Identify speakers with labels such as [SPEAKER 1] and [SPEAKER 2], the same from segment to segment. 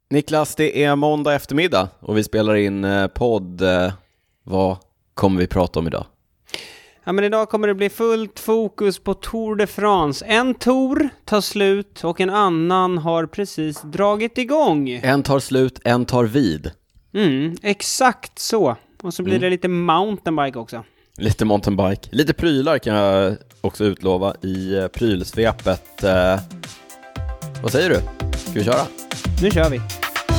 [SPEAKER 1] Niklas, det är måndag eftermiddag och vi spelar in podd. Vad kommer vi prata om idag?
[SPEAKER 2] Ja, men idag kommer det bli fullt fokus på Tour de France. En tour tar slut och en annan har precis dragit igång.
[SPEAKER 1] En tar slut, en tar vid.
[SPEAKER 2] Exakt så. Och så blir det lite mountainbike också.
[SPEAKER 1] Lite mountainbike. Lite prylar kan jag också utlova i prylsvepet. Vad säger du? Ska vi köra?
[SPEAKER 2] Nu kör vi.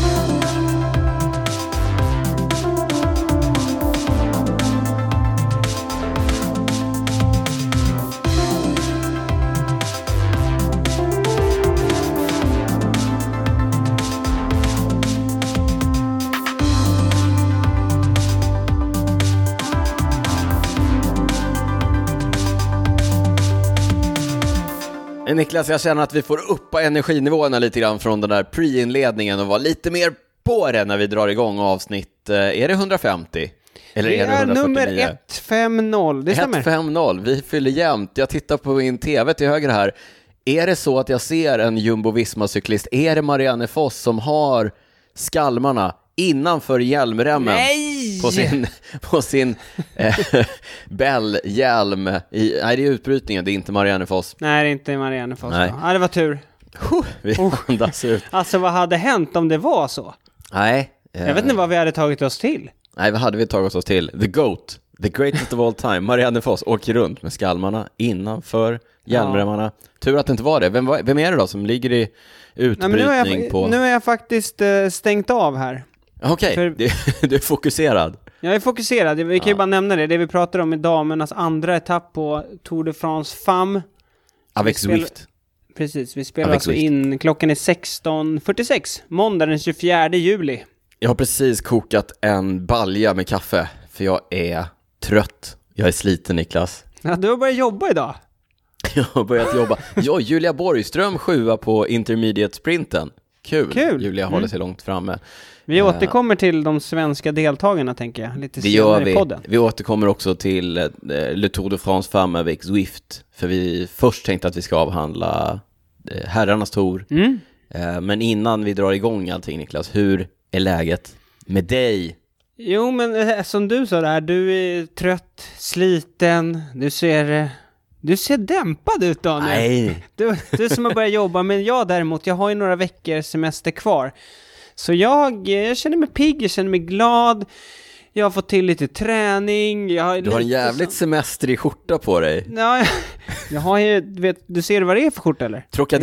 [SPEAKER 1] Niklas, jag känner att vi får uppa energinivåerna lite grann från den där pre-inledningen och vara lite mer på det när vi drar igång avsnitt. Är det 150? Eller
[SPEAKER 2] det
[SPEAKER 1] är det 149?
[SPEAKER 2] Nummer 150, det stämmer.
[SPEAKER 1] 150, vi fyller jämnt. Jag tittar på min tv till höger här. Är det så att jag ser en Jumbo-Visma-cyklist? Är det Marianne Foss som har skalmarna innanför hjälmremmen?
[SPEAKER 2] Nej!
[SPEAKER 1] På sin Bell-hjälm. Nej, det är utbrytningen, det är inte Marianne Foss.
[SPEAKER 2] Nej, det är inte Marianne Foss.
[SPEAKER 1] Nej.
[SPEAKER 2] Ja, det var tur.
[SPEAKER 1] Vi andas ut.
[SPEAKER 2] Alltså, vad hade hänt om det var så?
[SPEAKER 1] Nej.
[SPEAKER 2] Jag vet inte vad vi hade tagit oss till.
[SPEAKER 1] Nej, vad hade vi tagit oss till? The GOAT, the greatest of all time. Marianne Foss åker runt med skalmarna innanför hjälmremmarna. Tur att det inte var det. Vem är det då som ligger i utbrytning på...
[SPEAKER 2] Nu är jag faktiskt stängt av här.
[SPEAKER 1] Okej, du är fokuserad.
[SPEAKER 2] Jag är fokuserad. Vi kan ju bara nämna det. Det vi pratar om i damernas andra etapp på Tour de France Femme.
[SPEAKER 1] Avec Zwift.
[SPEAKER 2] Precis, vi spelar alltså in. Klockan är 16:46. Måndag den 24 juli.
[SPEAKER 1] Jag har precis kokat en balja med kaffe. För jag är trött. Jag är sliten, Niklas.
[SPEAKER 2] Ja, du har börjat jobba idag.
[SPEAKER 1] Jag har börjat jobba. Ja, Julia Borgström 7 på intermediate-sprinten. Kul. Julia håller sig långt framme.
[SPEAKER 2] Vi återkommer till de svenska deltagarna, tänker jag. Lite
[SPEAKER 1] det
[SPEAKER 2] senare
[SPEAKER 1] gör vi.
[SPEAKER 2] I podden.
[SPEAKER 1] Vi återkommer också till Le Tour de France Femme avec Zwift. För vi först tänkte att vi ska avhandla herrarnas tour. Men innan vi drar igång allting, Niklas, hur är läget med dig?
[SPEAKER 2] Jo, men som du sa där, du är trött, sliten, du ser dämpad ut, Daniel.
[SPEAKER 1] Nej.
[SPEAKER 2] Du som har börjat jobba, men jag däremot, jag har ju några veckor semester kvar. Så jag känner mig pigg, jag känner mig glad. Jag har fått till lite träning. Du
[SPEAKER 1] har en jävligt semestrig skjorta på dig.
[SPEAKER 2] Ja, jag har ju, du ser vad det är för skjorta, eller?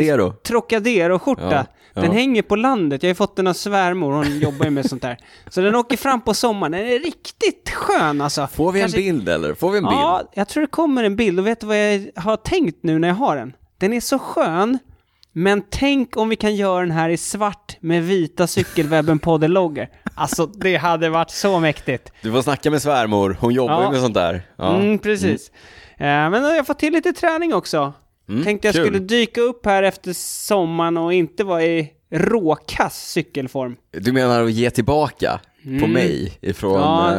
[SPEAKER 2] Trocadero-skjorta. Ja. Den hänger på landet. Jag har ju fått den av svärmor. Hon jobbar ju med sånt där. Så den åker fram på sommaren. Den är riktigt skön, alltså.
[SPEAKER 1] Får vi en bild, eller?
[SPEAKER 2] Ja, jag tror det kommer en bild. Och vet du vad jag har tänkt nu när jag har den? Den är så skön. Men tänk om vi kan göra den här i svart med vita Cykelwebben-podden-loggar. Alltså, det hade varit så mäktigt.
[SPEAKER 1] Du får snacka med svärmor. Hon jobbar ju med sånt där. Ja.
[SPEAKER 2] Precis. Men jag har fått till lite träning också. Tänkte jag skulle dyka upp här efter sommaren och inte vara i råkass cykelform.
[SPEAKER 1] Du menar att ge tillbaka på mig ifrån...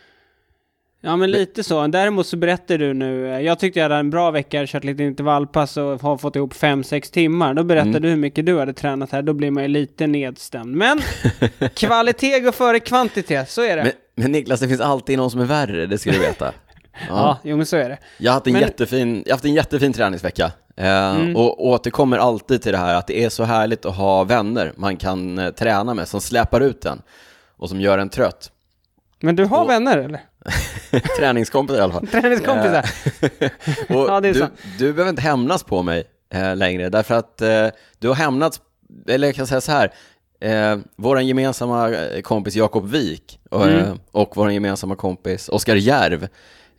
[SPEAKER 2] Ja, men lite så. Däremot så berättar du nu, jag tyckte jag hade en bra vecka, kört lite intervallpass och har fått ihop 5-6 timmar. Då berättar du hur mycket du hade tränat här. Då blir man ju lite nedstämd. Men kvalitet går före kvantitet, så är det.
[SPEAKER 1] Men Niklas, det finns alltid någon som är värre, det ska du veta.
[SPEAKER 2] Ja, jo, men så är det.
[SPEAKER 1] Jag har haft en jättefin träningsvecka. Och återkommer alltid till det här att det är så härligt att ha vänner man kan träna med, som släpar ut den och som gör en trött.
[SPEAKER 2] Men du har vänner, eller?
[SPEAKER 1] Träningskompisar i alla fall.
[SPEAKER 2] Träningskompisar.
[SPEAKER 1] Och
[SPEAKER 2] ja, det är så.
[SPEAKER 1] Du behöver inte hämnas på mig längre, därför att du har hämnats, eller jag kan säga så här, våran gemensamma kompis Jakob Wik och våran gemensamma kompis Oskar Järv,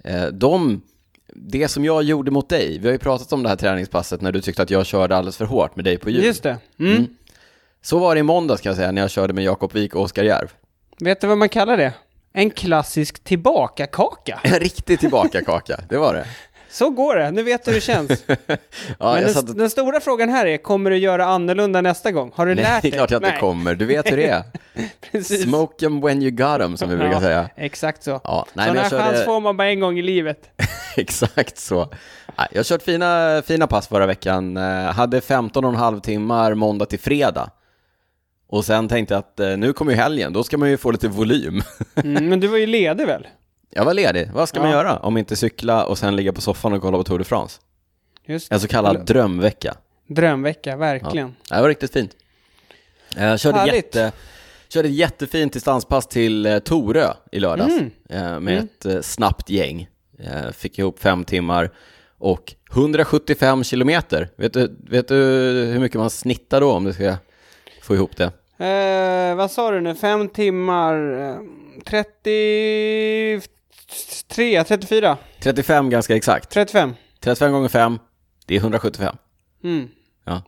[SPEAKER 1] det som jag gjorde mot dig, vi har ju pratat om det här träningspasset när du tyckte att jag körde alldeles för hårt med dig på hjul.
[SPEAKER 2] Just det.
[SPEAKER 1] Så var det i måndags, kan jag säga, när jag körde med Jakob Wik och Oskar Järv.
[SPEAKER 2] Vet du vad man kallar det? En klassisk tillbakakaka.
[SPEAKER 1] En riktig tillbakakaka, det var det.
[SPEAKER 2] Så går det, nu vet du hur det känns.
[SPEAKER 1] Ja,
[SPEAKER 2] men den stora frågan här är, kommer du göra annorlunda nästa gång? Har du lärt dig?
[SPEAKER 1] Det är klart att det kommer, du vet hur det är.
[SPEAKER 2] Precis.
[SPEAKER 1] Smoke them when you got them, som vi brukar säga.
[SPEAKER 2] Exakt så.
[SPEAKER 1] Ja,
[SPEAKER 2] sån här chans får man bara en gång i livet.
[SPEAKER 1] Exakt så. Jag har kört fina pass förra veckan. Hade 15,5 timmar måndag till fredag. Och sen tänkte jag att nu kommer ju helgen, då ska man ju få lite volym.
[SPEAKER 2] Men du var ju ledig väl?
[SPEAKER 1] Jag var ledig. Vad ska man göra om inte cykla och sen ligga på soffan och kolla på Tour de France?
[SPEAKER 2] Just
[SPEAKER 1] en så kallad drömvecka.
[SPEAKER 2] Drömvecka, verkligen.
[SPEAKER 1] Ja, det var riktigt fint. Jag körde ett jättefint distanspass till Torö i lördags med ett snabbt gäng. Fick ihop 5 timmar och 175 kilometer. Vet du hur mycket man snittar då om du ska få ihop det?
[SPEAKER 2] Vad sa du nu? 5 timmar 34?
[SPEAKER 1] 35 ganska exakt.
[SPEAKER 2] 35
[SPEAKER 1] gånger 5, det är 175. Ja.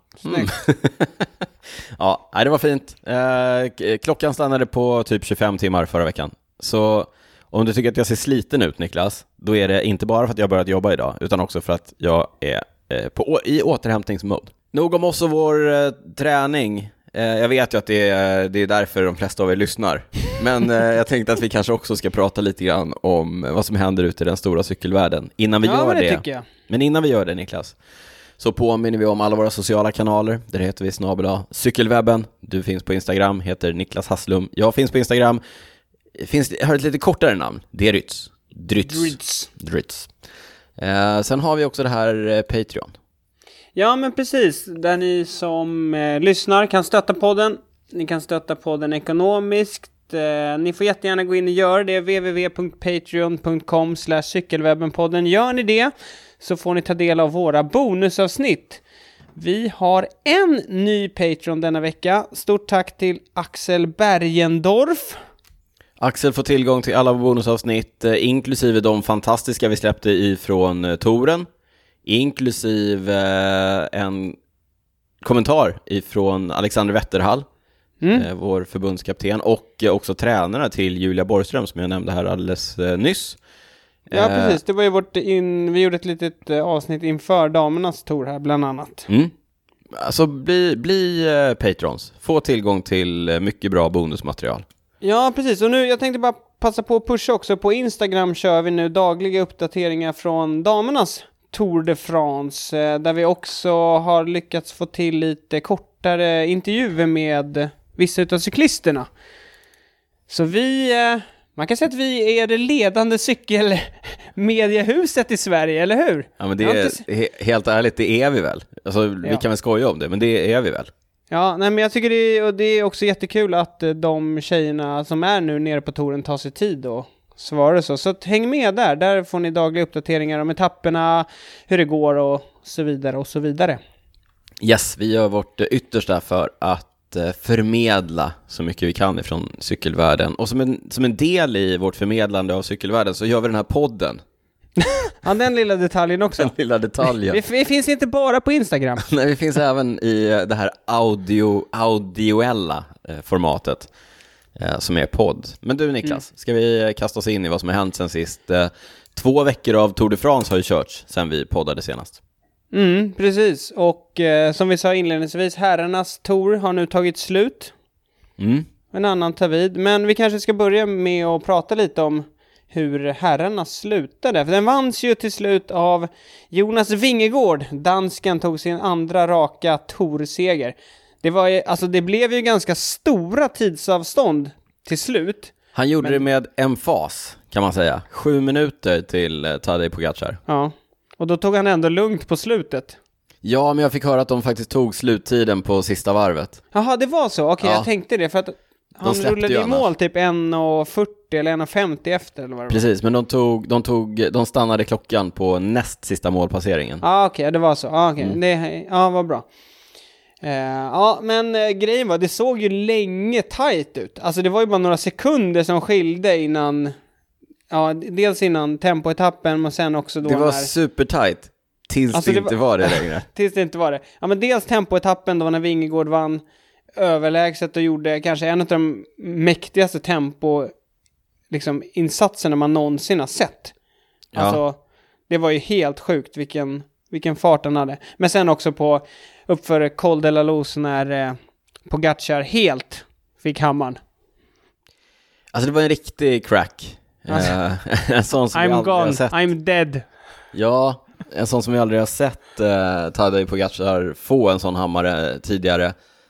[SPEAKER 1] Ja, det var fint. Klockan stannade på typ 25 timmar förra veckan. Så om du tycker att jag ser sliten ut, Niklas, då är det inte bara för att jag har börjat jobba idag, utan också för att jag är i återhämtningsmode. Nog om oss och vår träning. Jag vet ju att det är därför de flesta av er lyssnar. Men jag tänkte att vi kanske också ska prata lite grann om vad som händer ute i den stora cykelvärlden. Innan vi gör det.
[SPEAKER 2] Tycker jag.
[SPEAKER 1] Men innan vi gör det, Niklas, så påminner vi om alla våra sociala kanaler. Där heter vi @cykelwebben. Du finns på Instagram, heter Niklas Hasslum. Jag finns på Instagram. Har ett lite kortare namn. Det är Drytz. Sen har vi också det här Patreon.
[SPEAKER 2] Ja, men precis. Där ni som lyssnar kan stötta podden. Ni kan stötta podden ekonomiskt. Ni får jättegärna gå in och göra det. www.patreon.com/cykelwebbenpodden. Gör ni det så får ni ta del av våra bonusavsnitt. Vi har en ny Patreon denna vecka. Stort tack till Axel Bergendorf.
[SPEAKER 1] Axel får tillgång till alla bonusavsnitt, inklusive de fantastiska vi släppte ifrån touren. Inklusive en kommentar ifrån Alexander Wetterhall, vår förbundskapten, och också tränarna till Julia Borgström som jag nämnde här alldeles nyss.
[SPEAKER 2] Ja, precis. Det var ju vi gjorde ett litet avsnitt inför damernas tour här bland annat.
[SPEAKER 1] Alltså bli patrons. Få tillgång till mycket bra bonusmaterial. Ja,
[SPEAKER 2] precis. Och nu, jag tänkte bara passa på att pusha också. På Instagram kör vi nu dagliga uppdateringar från damernas Tour de France, där vi också har lyckats få till lite kortare intervjuer med vissa utav cyklisterna. Så man kan säga att vi är det ledande cykelmediahuset i Sverige, eller hur?
[SPEAKER 1] Ja, men det är helt ärligt, det är vi väl. Alltså, vi kan väl skoja om det, men det är vi väl.
[SPEAKER 2] Ja, nej, men jag tycker det är också jättekul att de tjejerna som är nu nere på touren tar sig tid och svarar så. Så häng med där får ni dagliga uppdateringar om etapperna, hur det går och så vidare och så vidare.
[SPEAKER 1] Yes, vi gör vårt yttersta för att förmedla så mycket vi kan ifrån cykelvärlden. Och som en del i vårt förmedlande av cykelvärlden så gör vi den här podden.
[SPEAKER 2] Ja, den lilla detaljen också.
[SPEAKER 1] Den lilla detaljen.
[SPEAKER 2] Vi finns inte bara på Instagram.
[SPEAKER 1] Nej, vi finns även i det här audioella formatet som är podd. Men du, Niklas, ska vi kasta oss in i vad som har hänt sen sist? 2 veckor av Tour de France har ju körts sen vi poddade senast.
[SPEAKER 2] Precis. Och som vi sa inledningsvis, herrarnas tour har nu tagit slut. En annan tar vid. Men vi kanske ska börja med att prata lite om hur herrarna slutade. För den vanns ju till slut av Jonas Vingegaard. Dansken tog sin andra raka tourseger. Det blev ju ganska stora tidsavstånd till slut.
[SPEAKER 1] Han gjorde det med emfas, kan man säga. 7 minuter till Tadej Pogačar.
[SPEAKER 2] Ja, och då tog han ändå lugnt på slutet.
[SPEAKER 1] Ja, men jag fick höra att de faktiskt tog sluttiden på sista varvet.
[SPEAKER 2] Jaha, det var så? Okej, jag tänkte det. För att han rullade i mål typ 1,40 eller 1,50 efter eller vad det var.
[SPEAKER 1] Precis, men de stannade klockan på näst sista målpasseringen.
[SPEAKER 2] Okej, det var så. Vad bra. Men grejen var, det såg ju länge tajt ut. Alltså det var ju bara några sekunder som skilde innan, dels innan tempoetappen och sen också då.
[SPEAKER 1] Det var supertajt tills det inte var det längre.
[SPEAKER 2] Tills det inte var det. Ja, men dels tempoetappen då när Vingegaard vann överlägset och gjorde kanske en av de mäktigaste insatserna man någonsin har sett.
[SPEAKER 1] Ja.
[SPEAKER 2] Alltså det var ju helt sjukt vilken fart han hade. Men sen också uppför Col de la Luz när Pogačar helt fick hammaren.
[SPEAKER 1] Alltså det var en riktig crack. En sån som
[SPEAKER 2] I'm gone, I'm dead.
[SPEAKER 1] Ja, en sån som vi aldrig har sett Tadej Pogačar få en sån hammare tidigare.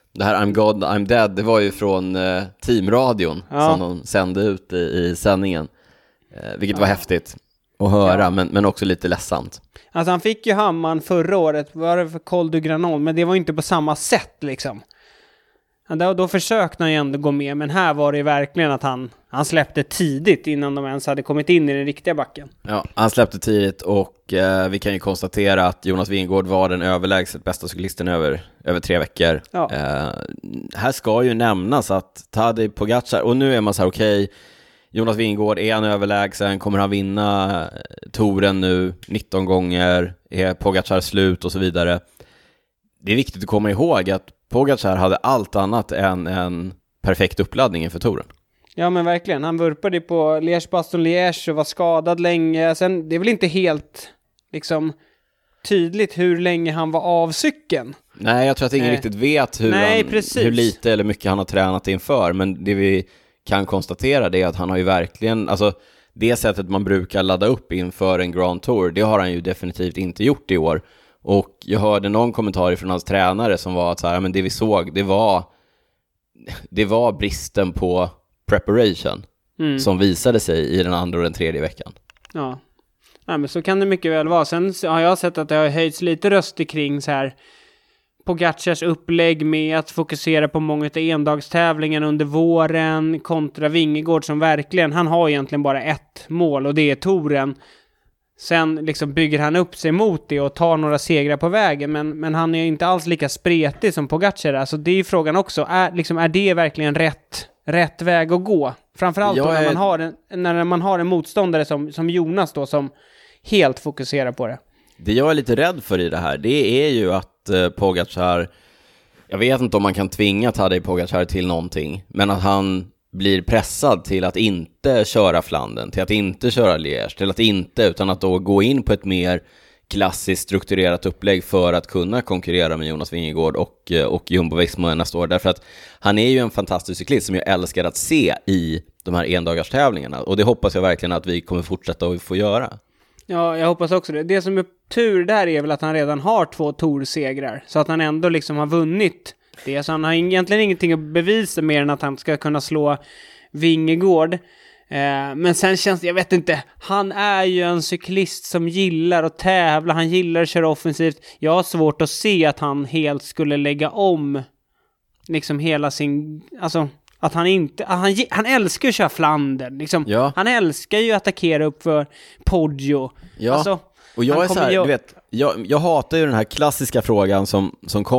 [SPEAKER 1] Det här I'm God, I'm Dead, det var ju från teamradion som de sände ut i sändningen. Vilket var häftigt att höra, men också lite ledsamt.
[SPEAKER 2] Alltså han fick ju hammaren förra året, var det för Col du Granol, men det var inte på samma sätt liksom. Då försökte han ju ändå gå med, men här var det ju verkligen att han släppte tidigt innan de ens hade kommit in i den riktiga backen.
[SPEAKER 1] Ja, han släppte tidigt och vi kan ju konstatera att Jonas Vingegaard var den överlägset bästa cyklisten över 3 veckor. Ja. Här ska ju nämnas att Tadej Pogačar, och nu är man så här okej, Jonas Vingegaard, är han överlägsen? Kommer han vinna touren nu 19 gånger? Är Pogačar slut och så vidare? Det är viktigt att komma ihåg att Pogačar hade allt annat än en perfekt uppladdning inför touren.
[SPEAKER 2] Ja men verkligen, han vurpade på Liège-Bastogne-Liège och var skadad länge. Sen, det är väl inte helt liksom tydligt hur länge han var av cykeln.
[SPEAKER 1] Nej, jag tror att ingen riktigt vet hur lite eller mycket han har tränat inför. Men det vi kan konstatera det är att han har ju verkligen, alltså det sättet man brukar ladda upp inför en Grand Tour, det har han ju definitivt inte gjort i år. Och jag hörde någon kommentar från hans tränare som var att så här, men det vi såg, det var bristen på preparation som visade sig i den andra och den tredje veckan. Ja.
[SPEAKER 2] Ja, men så kan det mycket väl vara. Sen har jag sett att det har höjts lite röster kring så här Pogačars upplägg med att fokusera på många av endagstävlingarna under våren kontra Vingegaard som verkligen, han har egentligen bara ett mål och det är touren. Sen liksom bygger han upp sig mot det och tar några segrar på vägen, men han är inte alls lika spretig som Pogačar. Alltså det är ju frågan också, är det verkligen rätt väg att gå? Framförallt då när man har en motståndare som Jonas då, som helt fokuserar på det.
[SPEAKER 1] Det jag är lite rädd för i det här, det är ju att Pogačar, jag vet inte om man kan tvinga Tadej Pogačar till någonting, men att han blir pressad till att inte köra Flandern, till att inte köra Liège, till att inte, utan att då gå in på ett mer klassiskt strukturerat upplägg för att kunna konkurrera med Jonas Vingegaard och Jumbo-Visma nästa år. Därför att han är ju en fantastisk cyklist som jag älskar att se i de här endagars-tävlingarna. Och det hoppas jag verkligen att vi kommer fortsätta att få göra.
[SPEAKER 2] Ja, jag hoppas också det. Det som är tur där är väl att han redan har 2 Tour-segrar. Så att han ändå liksom har vunnit det. Så han har egentligen ingenting att bevisa mer än att han ska kunna slå Vingegaard. Men sen känns det, jag vet inte, han är ju en cyklist som gillar att tävla, han gillar att köra offensivt. Jag har svårt att se att han helt skulle lägga om liksom hela sin, alltså att han inte, han älskar att köra Flandern liksom. Ja. Han älskar ju att attackera upp för Poggio.
[SPEAKER 1] Ja. Alltså, och jag är så här, du vet, jag hatar ju den här klassiska frågan som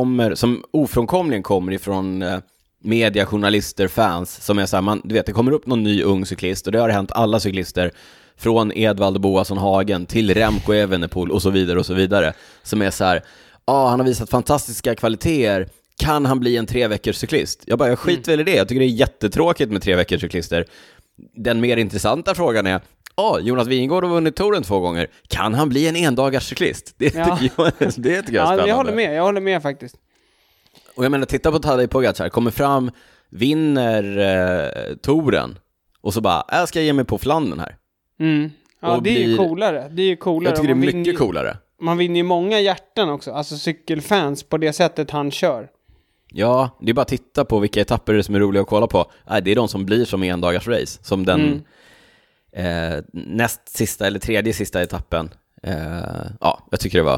[SPEAKER 1] ofrånkomligen kommer ifrån media, journalister, fans som är så här, du vet, det kommer upp någon ny ung cyklist och det har hänt alla cyklister från Edvald Boasson Hagen till Remco Evenepoel och så vidare som är så här, han har visat fantastiska kvaliteter, kan han bli en 3 veckors cyklist? Jag skit väl i det, jag tycker det är jättetråkigt med 3 veckors cyklister. Den mer intressanta frågan är, Jonas Vingegaard har vunnit touren 2 gånger, kan han bli en endagars cyklist? Det tycker jag är spännande.
[SPEAKER 2] Ja, jag håller med faktiskt.
[SPEAKER 1] Och jag menar, titta på Tadej Pogačar, kommer fram, vinner touren och så bara, jag ska ge mig på Flandern här.
[SPEAKER 2] Ja, och det är ju coolare.
[SPEAKER 1] Jag tycker det är mycket coolare.
[SPEAKER 2] Man vinner ju många hjärtan också, alltså cykelfans på det sättet han kör.
[SPEAKER 1] Ja, det är bara att titta på vilka etapper som är roliga att kolla på. Det är de som blir som endagars race, som den näst sista eller tredje sista etappen. Jag tycker det var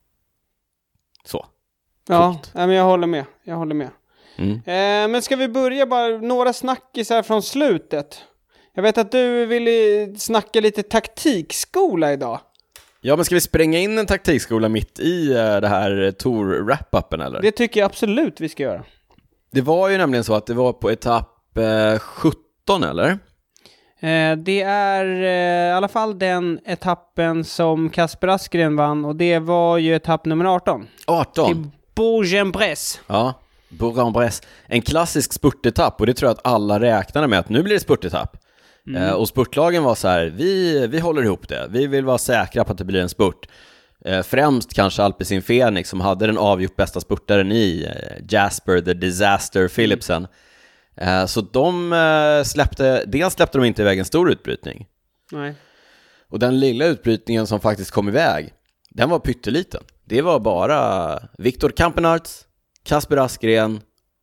[SPEAKER 1] så.
[SPEAKER 2] Ja, men jag håller med. Men ska vi börja bara några snackisar från slutet? Jag vet att du ville snacka lite taktikskola idag.
[SPEAKER 1] Ja, men ska vi spränga in en taktikskola mitt i det här Tour-wrap-uppen eller?
[SPEAKER 2] Det tycker jag absolut vi ska göra.
[SPEAKER 1] Det var ju nämligen så att det var på etapp 17 eller?
[SPEAKER 2] Det är i alla fall den etappen som Kasper Askren vann, och det var ju etapp nummer 18.
[SPEAKER 1] 18?
[SPEAKER 2] Till Bourg-en-Bresse.
[SPEAKER 1] Ja, Bourg-en-Bresse. En klassisk spurtetapp, och det tror jag att alla räknade med att nu blir det spurtetapp. Och spurtlagen var så här, vi håller ihop det. Vi vill vara säkra på att det blir en spurt. Främst kanske Alpecin Fenix som hade den avgjort bästa spurtaren i Jasper the Disaster Philipsen. Så dels släppte de inte iväg en stor utbrytning.
[SPEAKER 2] Nej.
[SPEAKER 1] Och den lilla utbrytningen som faktiskt kom iväg, den var pytteliten. Det var bara Viktor Kampenarts, Kasper Askren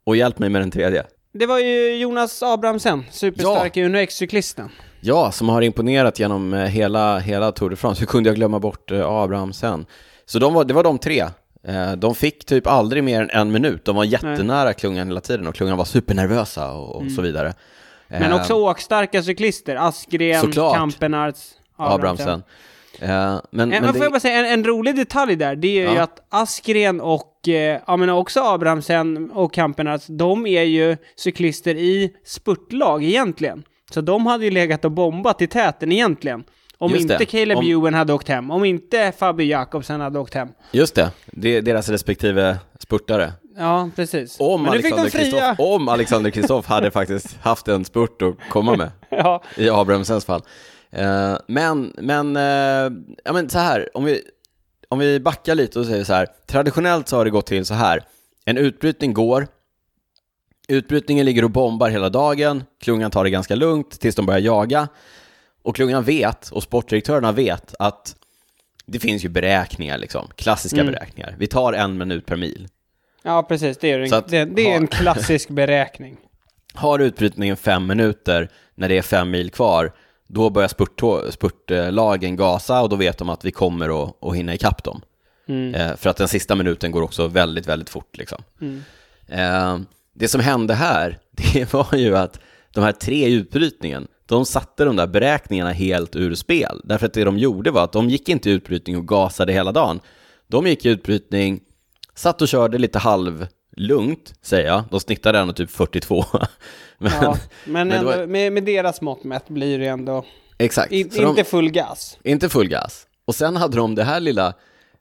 [SPEAKER 1] Och hjälp mig med den tredje.
[SPEAKER 2] Det var ju Jonas Abrahamsen, superstark Uno X-cyklisten.
[SPEAKER 1] Ja, som har imponerat genom hela Tour de France. Hur kunde jag glömma bort Abrahamsen? Så det var de 3. De fick typ aldrig mer än 1 minut. De var jättenära klungan hela tiden och klungan var supernervösa och så vidare.
[SPEAKER 2] Men också åkstarka cyklister. Askren, Kampenarts, Abrahamsen.
[SPEAKER 1] Men
[SPEAKER 2] får jag bara säga, en rolig detalj där, det är ju att Askren och också Abrahamsen och Kampenarts, de är ju cyklister i spurtlag egentligen. Så de hade ju legat och bombat i täten egentligen. Om inte Caleb Ewan hade åkt hem. Om inte Fabio Jakobsen hade åkt hem.
[SPEAKER 1] Just det är deras respektive spurtare.
[SPEAKER 2] Ja, precis.
[SPEAKER 1] Om Alexander Kristoff hade faktiskt haft en spurt att komma med. I Abrahamsens fall. Men så här, om vi backar lite och säger så här, traditionellt så har det gått till så här. En utbrytning går. Utbrytningen ligger och bombar hela dagen. Klungan tar det ganska lugnt tills de börjar jaga. Och klungan vet, och sportdirektörerna vet, att det finns ju beräkningar liksom, klassiska beräkningar. Vi tar 1 minut per mil.
[SPEAKER 2] Ja, precis. Det är en klassisk beräkning.
[SPEAKER 1] Har utbrytningen 5 minuter när det är 5 mil kvar, då börjar spurtlagen gasa och då vet de att vi kommer att hinna ikapp dem. För att den sista minuten går också väldigt, väldigt fort liksom. Det som hände här, det var ju att de här 3 utbrytningen, de satte de där beräkningarna helt ur spel. Därför att det de gjorde var att de gick inte i utbrytning och gasade hela dagen. De gick i utbrytning, satt och körde lite halvlugnt, säger jag. De snittade ändå typ 42.
[SPEAKER 2] men med deras mått mätt blir det ändå
[SPEAKER 1] exakt.
[SPEAKER 2] Inte full gas.
[SPEAKER 1] Inte full gas. Och sen hade de det här lilla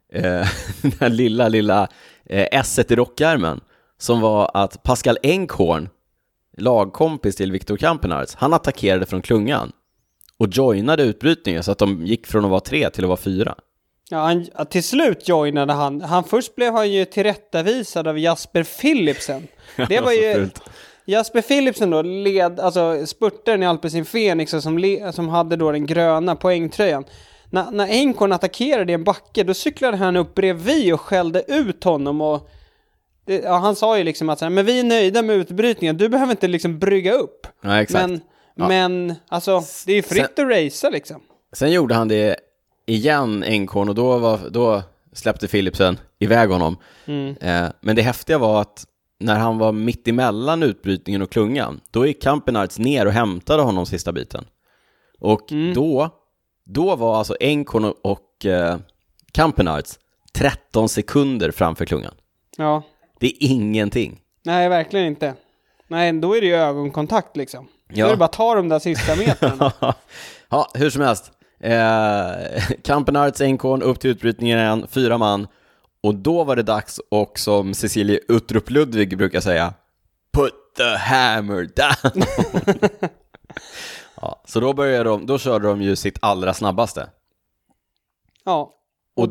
[SPEAKER 1] lilla S-et i rockärmen, som var att Pascal Enkhorn, lagkompis till Victor Kampenarts, han attackerade från klungan och joinade utbrytningen så att de gick från att vara 3 till att vara 4.
[SPEAKER 2] Ja, till slut joinade han. Först blev han ju tillrättavisad av Jasper Philipsen. Det var ju Jasper Philipsen då, spurtaren i Alpecin Fenix som hade då den gröna poängtröjan. När Enkhorn attackerade i en backe, då cyklade han upp bredvid och skällde ut honom och han sa ju liksom att men vi är nöjda med utbrytningen, du behöver inte liksom brygga upp.
[SPEAKER 1] Ja, exakt.
[SPEAKER 2] Men alltså, det är ju fritt att racea liksom.
[SPEAKER 1] Sen gjorde han det igen, Enkhorn, och då släppte Philipsen iväg honom. Men det häftiga var att när han var mitt emellan utbrytningen och klungan, då gick Kampenarts ner och hämtade honom sista biten. Och då var alltså Enkhorn och Kampenarts 13 sekunder framför klungan.
[SPEAKER 2] Ja.
[SPEAKER 1] Det är ingenting.
[SPEAKER 2] Nej, verkligen inte. Nej, då är det ju ögonkontakt liksom. Ja. Då är det bara att ta de där sista metrarna.
[SPEAKER 1] Ja, hur som helst. Kampenarts, Enkhorn upp till utbrytningen igen, 4 man. Och då var det dags, och som Cecilie Uttrup Ludvig brukar säga, put the hammer down. Ja, så då körde de ju sitt allra snabbaste.
[SPEAKER 2] Ja.
[SPEAKER 1] Och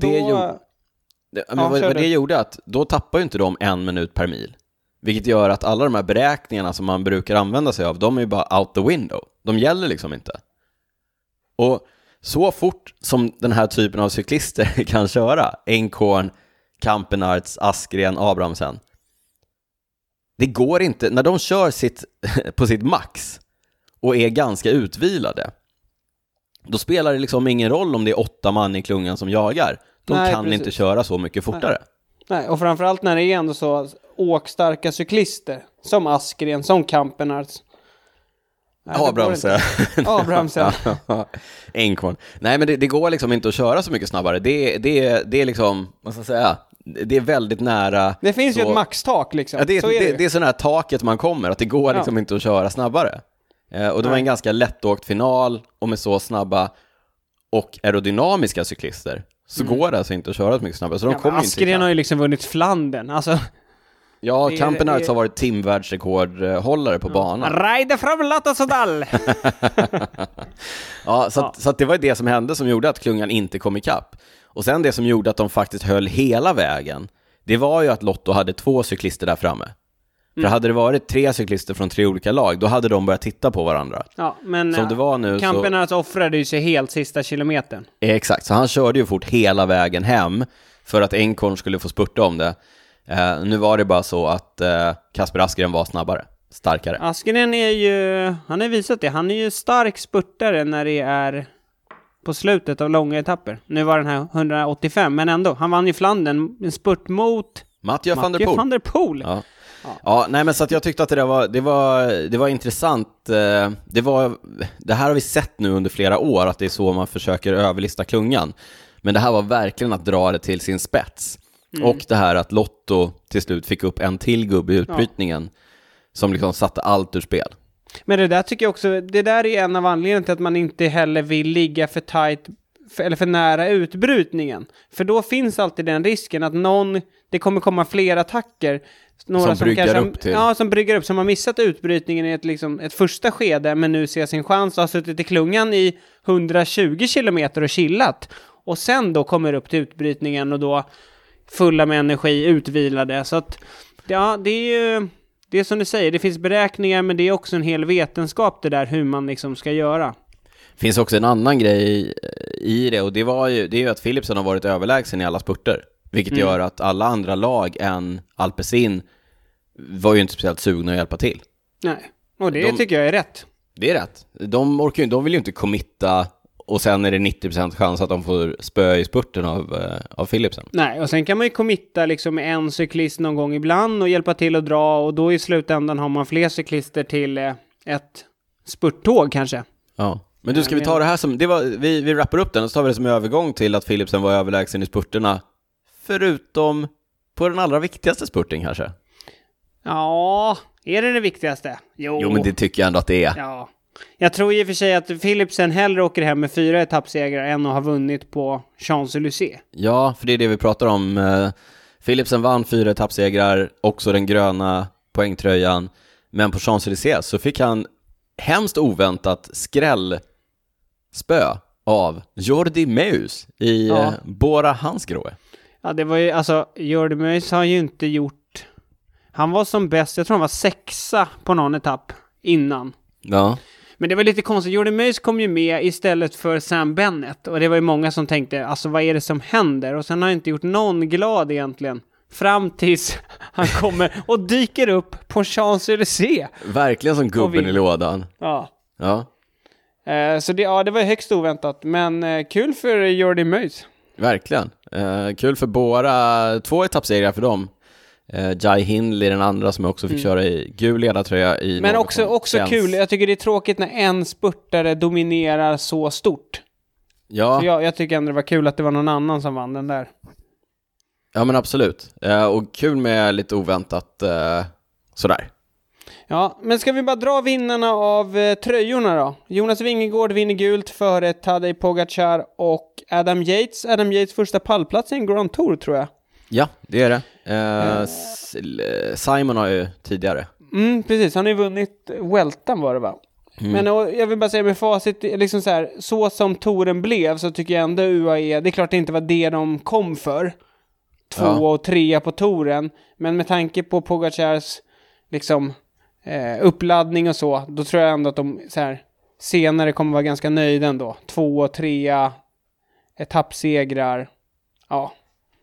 [SPEAKER 1] det gjorde att då tappar ju inte de 1 minut per mil. Vilket gör att alla de här beräkningarna som man brukar använda sig av, de är ju bara out the window. De gäller liksom inte. Och så fort som den här typen av cyklister kan köra, Enkhorn, Kampenarts, Askren, Abrahamsen, det går inte, när de kör på sitt max och är ganska utvilade, då spelar det liksom ingen roll om det är 8 man i klungan som jagar. De kan inte köra så mycket fortare.
[SPEAKER 2] Nej, och framförallt när det är ändå så åkstarka cyklister som Askren, som Kampenarts.
[SPEAKER 1] Abrahamsen. Enkhorn. Nej, men det går liksom inte att köra så mycket snabbare. Det är liksom, vad ska jag säga, det är väldigt nära.
[SPEAKER 2] Det finns ju ett maxtak liksom.
[SPEAKER 1] Ja, det är sån här taket man kommer, att det går liksom inte att köra snabbare. Och det var en ganska lättåkt final, och med så snabba och aerodynamiska cyklister så går det alltså inte att köra så mycket snabbare. Så de kommer
[SPEAKER 2] Askren har ju liksom vunnit Flandern. Alltså,
[SPEAKER 1] ja, Kampenarts har varit timvärldsrekordhållare på banan.
[SPEAKER 2] Rider från Latasodal.
[SPEAKER 1] Ja, så att det var det som hände som gjorde att klungan inte kom ikapp. Och sen det som gjorde att de faktiskt höll hela vägen, det var ju att Lotto hade 2 cyklister där framme. För hade det varit 3 cyklister från 3 olika lag, då hade de börjat titta på varandra.
[SPEAKER 2] Ja, men
[SPEAKER 1] som det var nu,
[SPEAKER 2] Kampenarts offrade ju sig helt sista kilometern.
[SPEAKER 1] Exakt, så han körde ju fort hela vägen hem för att Enkhorn skulle få spurta om det. Nu var det bara så att Kasper Askren var snabbare, starkare.
[SPEAKER 2] Askren är ju, han har visat det, han är ju stark spurtare när det är på slutet av långa etapper. Nu var den här 185, men ändå, han vann ju Flandern, en spurt mot
[SPEAKER 1] Mathieu van der Poel.
[SPEAKER 2] Ja.
[SPEAKER 1] Ja, nej, men så att jag tyckte att det var intressant. Det här har vi sett nu under flera år, att det är så man försöker överlista klungan. Men det här var verkligen att dra det till sin spets. Och det här att Lotto till slut fick upp en till gubbe i utbrytningen som liksom satte allt ur spel.
[SPEAKER 2] Men det där tycker jag också, det där är en av anledningarna till att man inte heller vill ligga för tight eller för nära utbrytningen. För då finns alltid den risken att det kommer komma fler attacker. Några som bryggar upp till. Ja, som bryggar upp, som har missat utbrytningen i ett första skede, men nu ser sin chans och har suttit i klungan i 120 kilometer och chillat. Och sen då kommer upp till utbrytningen och då fulla med energi, utvilade. Så att, ja, det är ju, det är som du säger, det finns beräkningar, men det är också en hel vetenskap det där, hur man liksom ska göra.
[SPEAKER 1] Finns också en annan grej i det, och det är ju att Philipsen har varit överlägsen i alla spurter. Vilket gör att alla andra lag än Alpecin var ju inte speciellt sugna att hjälpa till. Nej,
[SPEAKER 2] och det tycker jag är rätt.
[SPEAKER 1] Det är rätt. De vill ju inte committa och sen är det 90% chans att de får spö i spurten av Philipsen.
[SPEAKER 2] Nej, och sen kan man ju committa liksom med en cyklist någon gång ibland och hjälpa till att dra, och då i slutändan har man fler cyklister till ett spurttåg kanske.
[SPEAKER 1] Ja. Men du, ska vi ta det här som... Vi rappar upp den och så tar vi det som övergång till att Philipsen var överlägsen i spurterna. Förutom på den allra viktigaste spurten kanske.
[SPEAKER 2] Ja, är det viktigaste?
[SPEAKER 1] Jo, men det tycker jag ändå att det är.
[SPEAKER 2] Ja. Jag tror i och för sig att Philipsen hellre åker hem med 4 etappsegrar än att ha vunnit på Champs-Élysées.
[SPEAKER 1] Ja, för det är det vi pratar om. Philipsen vann 4 etappsegrar, också den gröna poängtröjan. Men på Champs-Élysées så fick han hemskt oväntat skrällspö av Jordi Meus i Bora Hansgrohe.
[SPEAKER 2] Ja, det var ju, alltså, Jordi Meus har ju inte gjort... Han var som bäst, jag tror han var 6:a på någon etapp innan.
[SPEAKER 1] Ja.
[SPEAKER 2] Men det var lite konstigt, Jordi Meus kom ju med istället för Sam Bennett. Och det var ju många som tänkte, alltså vad är det som händer? Och sen har han inte gjort någon glad egentligen. Fram tills han kommer och dyker upp på Champs-Élysées.
[SPEAKER 1] Verkligen som gubben i lådan.
[SPEAKER 2] Ja.
[SPEAKER 1] Så
[SPEAKER 2] det var högst oväntat. Men kul för Jordi Meus.
[SPEAKER 1] Verkligen. Kul för Bora. 2 etappsegrar för dem. Jai Hindley, den andra som också fick köra i gul ledartröja i.
[SPEAKER 2] Men också kul. Jag tycker det är tråkigt när en spurtare dominerar så stort.
[SPEAKER 1] Ja.
[SPEAKER 2] Så jag tycker ändå det var kul att det var någon annan som vann den där.
[SPEAKER 1] Ja, men absolut. Och kul med lite oväntat sådär.
[SPEAKER 2] Ja, men ska vi bara dra vinnarna av tröjorna då? Jonas Vingegaard vinner gult före Tadej Pogacar och Adam Yates. Adam Yates första pallplats i en Grand Tour, tror jag.
[SPEAKER 1] Ja, det är det. Simon har ju tidigare.
[SPEAKER 2] Precis, han har ju vunnit Weltan var det, va? Men jag vill bara säga med facit, liksom så som touren blev, så tycker jag ändå UAE, det är klart det inte var det de kom för. 2 och 3 på touren. Men med tanke på Pogacars liksom uppladdning och så, då tror jag ändå att de senare kommer vara ganska nöjda ändå. 2 och 3 etappsegrar. Ja.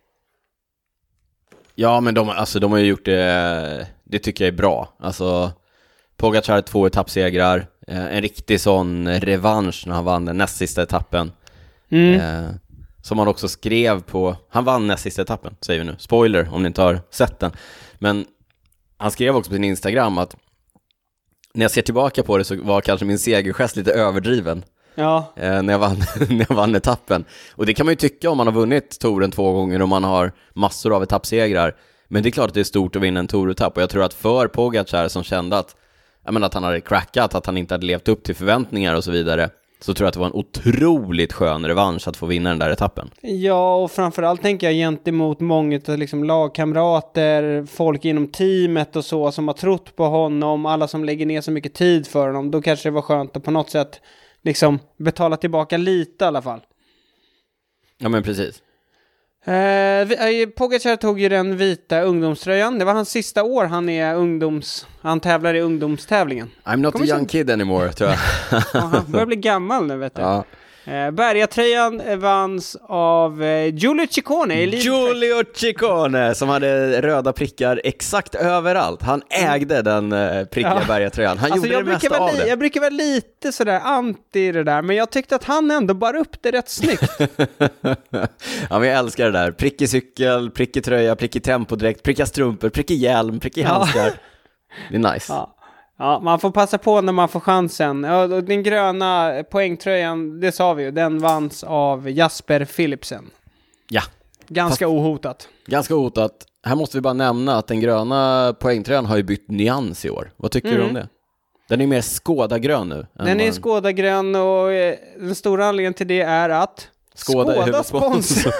[SPEAKER 1] Ja, men de har ju gjort det tycker jag är bra. Alltså Pogacar 2 etappsegrar, en riktig sån revansch när han vann den näst sista etappen. Som han också skrev på, han vann näst sista etappen, säger vi nu. Spoiler om ni inte har sett den. Men han skrev också på sin Instagram att när jag ser tillbaka på det så var kanske min segergest lite överdriven.
[SPEAKER 2] Ja.
[SPEAKER 1] När jag vann etappen. Och det kan man ju tycka om man har vunnit touren 2 gånger och man har massor av etappsegrar. Men det är klart att det är stort att vinna en touretapp. Och jag tror att för Pogacar som kände att han hade crackat, att han inte hade levt upp till förväntningar och så vidare, så tror jag att det var en otroligt skön revansch att få vinna den där etappen.
[SPEAKER 2] Ja, och framförallt tänker jag gentemot många liksom lagkamrater, folk inom teamet och så som har trott på honom, alla som lägger ner så mycket tid för honom. Då kanske det var skönt att på något sätt liksom betala tillbaka lite i alla fall.
[SPEAKER 1] Ja, men precis.
[SPEAKER 2] Pogacar tog ju den vita ungdomströjan. Det var hans sista år han tävlar i ungdomstävlingen.
[SPEAKER 1] I'm not a young kid anymore, tror jag.
[SPEAKER 2] Han börjar bli gammal nu, vet du.
[SPEAKER 1] Ja.
[SPEAKER 2] Bergatröjan vanns av Giulio Ciccone.
[SPEAKER 1] Giulio Ciccone som hade röda prickar exakt överallt. Han ägde den prickiga bergatröjan. Han gjorde det mesta av det.
[SPEAKER 2] Jag brukar vara lite sådär anti det där, men jag tyckte att han ändå bar upp det rätt snyggt.
[SPEAKER 1] Ja, men jag älskar det där. Prickig cykel, prickig tröja, prickig tempodräkt, prickiga strumpor, prickig hjälm, prickig handskar. Det är nice.
[SPEAKER 2] Ja, man får passa på när man får chansen. Och den gröna poängtröjan, det sa vi ju, den vanns av Jasper Philipsen.
[SPEAKER 1] Ja.
[SPEAKER 2] Ganska ohotat.
[SPEAKER 1] Ganska ohotat. Här måste vi bara nämna att den gröna poängtröjan har ju bytt nyans i år. Vad tycker du om det? Den är mer skådagrön nu.
[SPEAKER 2] Den är skådagrön och den stora anledningen till det är att Skåda sponsor.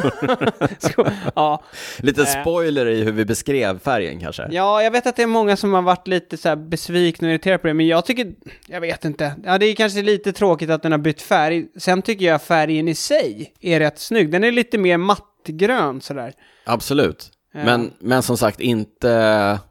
[SPEAKER 2] Ja.
[SPEAKER 1] Lite spoiler i hur vi beskrev färgen kanske.
[SPEAKER 2] Ja, jag vet att det är många som har varit lite så här besvikna och irriterade på det, men jag vet inte. Ja, det är kanske lite tråkigt att den har bytt färg. Sen tycker jag färgen i sig är rätt snygg. Den är lite mer mattgrön sådär.
[SPEAKER 1] Absolut. Men som sagt inte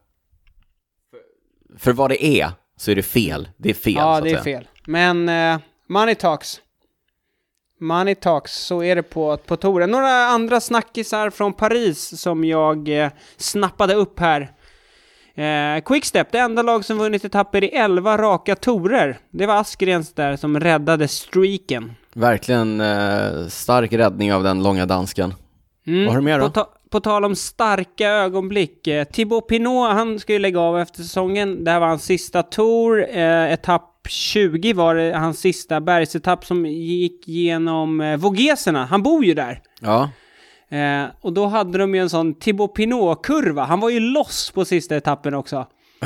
[SPEAKER 1] för vad det är så är det fel. Det är fel.
[SPEAKER 2] Ja, det är fel. Men money talks. Money talks, så är det på touren. Några andra snackisar från Paris som jag snappade upp här. Quickstep, det enda lag som vunnit etapper i 11 raka tourer. Det var Asgrens där som räddade streaken.
[SPEAKER 1] Verkligen stark räddning av den långa dansken. Vad har du mer då?
[SPEAKER 2] På tal om starka ögonblick. Thibaut Pinot, han ska ju lägga av efter säsongen. Det här var hans sista tour. Etapp 20 var det hans sista bergsetapp som gick genom Vogeserna. Han bor ju där.
[SPEAKER 1] Ja.
[SPEAKER 2] Och då hade de ju en sån Thibaut Pinot-kurva. Han var ju loss på sista etappen också.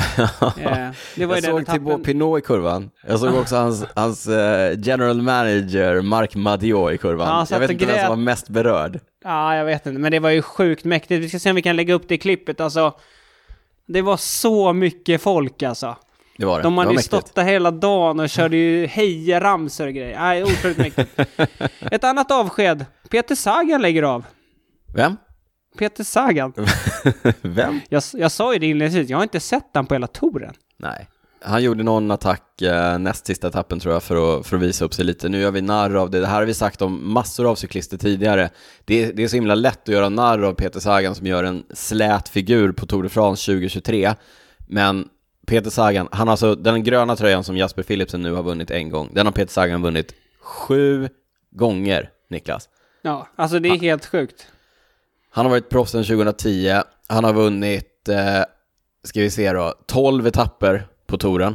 [SPEAKER 2] Det var
[SPEAKER 1] jag såg Thibaut Pinot i kurvan. Jag såg också hans general manager Marc Madiot i kurvan. Jag vet inte vem som var mest berörd.
[SPEAKER 2] Ja, jag vet inte. Men det var ju sjukt mäktigt. Vi ska se om vi kan lägga upp det i klippet. Alltså, det var så mycket folk alltså.
[SPEAKER 1] Det var det.
[SPEAKER 2] De hade ju stått där hela dagen och körde ju hejaramsor och grejer. Nej, otroligt mäktigt. Ett annat avsked. Peter Sagan lägger av.
[SPEAKER 1] Vem?
[SPEAKER 2] Peter Sagan.
[SPEAKER 1] Vem?
[SPEAKER 2] Jag sa ju det inledningsvis. Jag har inte sett han på hela touren.
[SPEAKER 1] Nej. Han gjorde någon attack näst sista etappen tror jag för att visa upp sig lite. Nu gör vi narr av det. Det här har vi sagt om massor av cyklister tidigare. Det är så himla lätt att göra narr av Peter Sagan som gör en slät figur på Tour de France 2023. Men Peter Sagan, han har alltså den gröna tröjan som Jasper Philipsen nu har vunnit en gång. Den har Peter Sagan vunnit 7 gånger, Niklas.
[SPEAKER 2] Ja, alltså det är helt sjukt.
[SPEAKER 1] Han har varit proffs sedan 2010. Han har vunnit, ska vi se då, 12 etapper på touren.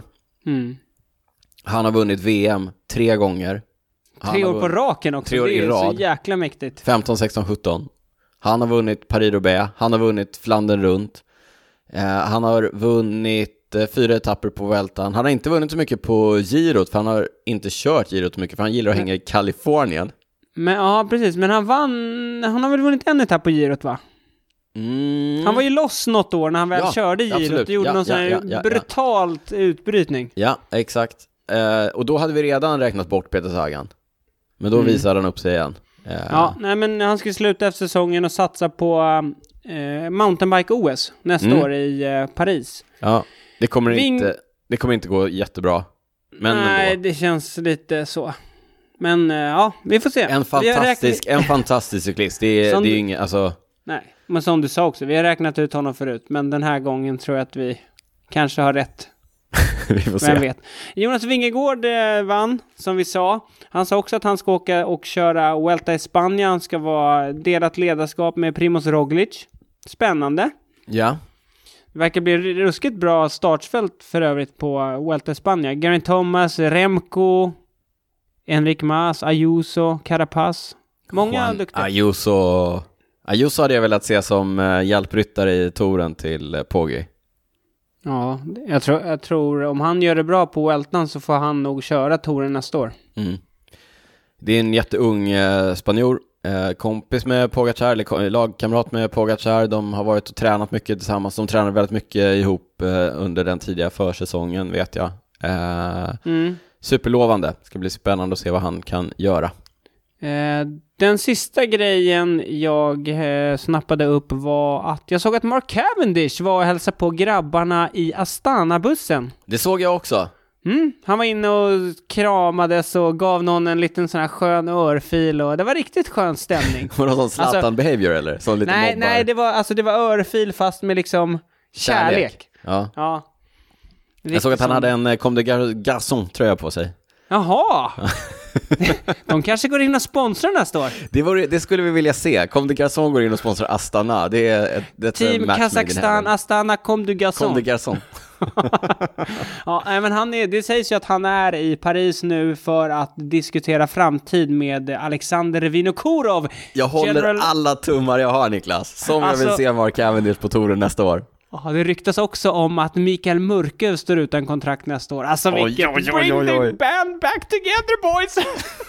[SPEAKER 1] Han har vunnit VM 3 gånger.
[SPEAKER 2] 3 år på raken också.
[SPEAKER 1] 3 år i rad.
[SPEAKER 2] Så jäkla mäktigt.
[SPEAKER 1] 15, 16, 17. Han har vunnit Paris-Roubaix. Han har vunnit Flandern runt. Han har vunnit 4 etapper på Vueltan. Han har inte vunnit så mycket på Girot, för han har inte kört Girot så mycket, för han gillar att hänga i Kalifornien.
[SPEAKER 2] Men ja, precis. Men han har väl vunnit en etapp på Girot, va? Han var ju loss något år när han väl körde Girot och gjorde någon sån här brutalt utbrytning. Ja,
[SPEAKER 1] exakt. Och då hade vi redan räknat bort Peter Sagan. Men då visade han upp sig igen.
[SPEAKER 2] Ja, nej, men han ska sluta efter säsongen och satsa på mountainbike-OS nästa år i Paris.
[SPEAKER 1] Ja, det kommer inte gå jättebra. Men
[SPEAKER 2] nej,
[SPEAKER 1] ändå.
[SPEAKER 2] Det känns lite så. Men ja, vi får se.
[SPEAKER 1] En fantastisk cyklist. Det är ju inget, alltså.
[SPEAKER 2] Nej, men som du sa också, vi har räknat ut honom förut. Men den här gången tror jag att vi kanske har rätt.
[SPEAKER 1] Vi får se.
[SPEAKER 2] Vem vet. Jonas Vingegaard vann, som vi sa. Han sa också att han ska åka och köra Vuelta i Spanien. Han ska vara delat ledarskap med Primoz Roglic. Spännande.
[SPEAKER 1] Ja.
[SPEAKER 2] Det verkar bli ruskigt bra startfält för övrigt på Vuelta i Spanien. Geraint Thomas, Remco, Enric Mas, Ayuso, Carapaz. Många duktiga.
[SPEAKER 1] Ayuso hade jag velat se som hjälpryttare i touren till Poggi.
[SPEAKER 2] Ja, jag tror om han gör det bra på Vueltan så får han nog köra touren nästa år.
[SPEAKER 1] Det är en jätteung spanjor, kompis med Pogacar, lagkamrat med Pogacar. De har varit och tränat mycket tillsammans. De tränar väldigt mycket ihop under den tidiga försäsongen, vet jag. Superlovande. Det ska bli spännande att se vad han kan göra.
[SPEAKER 2] Den sista grejen jag snappade upp var att jag såg att Mark Cavendish var och hälsade på grabbarna i Astana-bussen.
[SPEAKER 1] Det såg jag också.
[SPEAKER 2] Han var inne och kramades och gav någon en liten sån här skön örfil och det var riktigt skön stämning.
[SPEAKER 1] Var det någon sån Zlatan-behavior eller? Sån lite mobbar?
[SPEAKER 2] Nej, det var örfil fast med liksom kärlek.
[SPEAKER 1] Ja. Jag såg att han hade en Comme des Garçons-tröja på sig.
[SPEAKER 2] Jaha! De kanske går in och sponsrar nästa år.
[SPEAKER 1] Det skulle vi vilja se. Comme des Garçons går in och sponsrar Astana. Det är ett
[SPEAKER 2] Team Kazakstan, Astana, Comme des Garçons.
[SPEAKER 1] Comme des Garçons.
[SPEAKER 2] Ja, men det sägs ju att han är i Paris nu för att diskutera framtid med Alexander Vinokurov.
[SPEAKER 1] Jag håller alla tummar jag har, Niklas. Som jag vill se Mark Cavendish på touren nästa år.
[SPEAKER 2] Ja, det ryktas också om att Mikael Mörköv står utan kontrakt nästa år. Alltså bring the band back together, boys!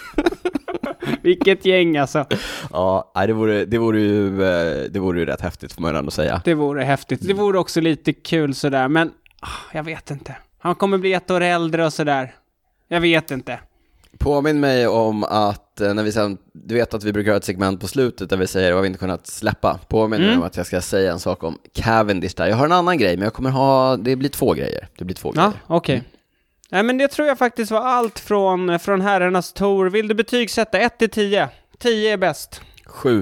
[SPEAKER 2] Vilket gäng alltså.
[SPEAKER 1] Ja, det vore ju rätt häftigt får man ändå säga.
[SPEAKER 2] Det vore häftigt. Det vore också lite kul sådär, men jag vet inte. Han kommer bli 1 år äldre och sådär. Jag vet inte.
[SPEAKER 1] Påminn mig om att när vi sen, du vet att vi brukar ha ett segment på slutet där vi säger vad vi inte kunnat släppa. Påminn mig om att jag ska säga en sak om Cavendish där. Jag har en annan grej, men jag kommer det blir 2 grejer.
[SPEAKER 2] Ja, okej. Nej, men det tror jag faktiskt var allt från herrarnas tour. Vill du betygsätta 1-10? 10 är bäst.
[SPEAKER 1] 7.